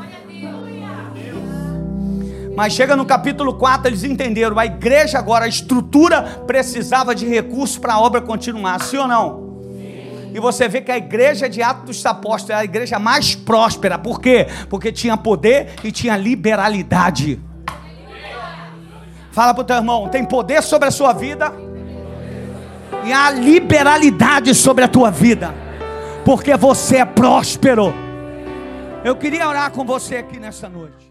Mas chega no capítulo 4, eles entenderam, a igreja agora, a estrutura precisava de recursos para a obra continuar, sim ou não? Sim. E você vê que a igreja de Atos dos Apóstolos é a igreja mais próspera. Por quê? Porque tinha poder e tinha liberalidade. Fala para o teu irmão: tem poder sobre a sua vida e há liberalidade sobre a tua vida, porque você é próspero. Eu queria orar com você aqui nessa noite.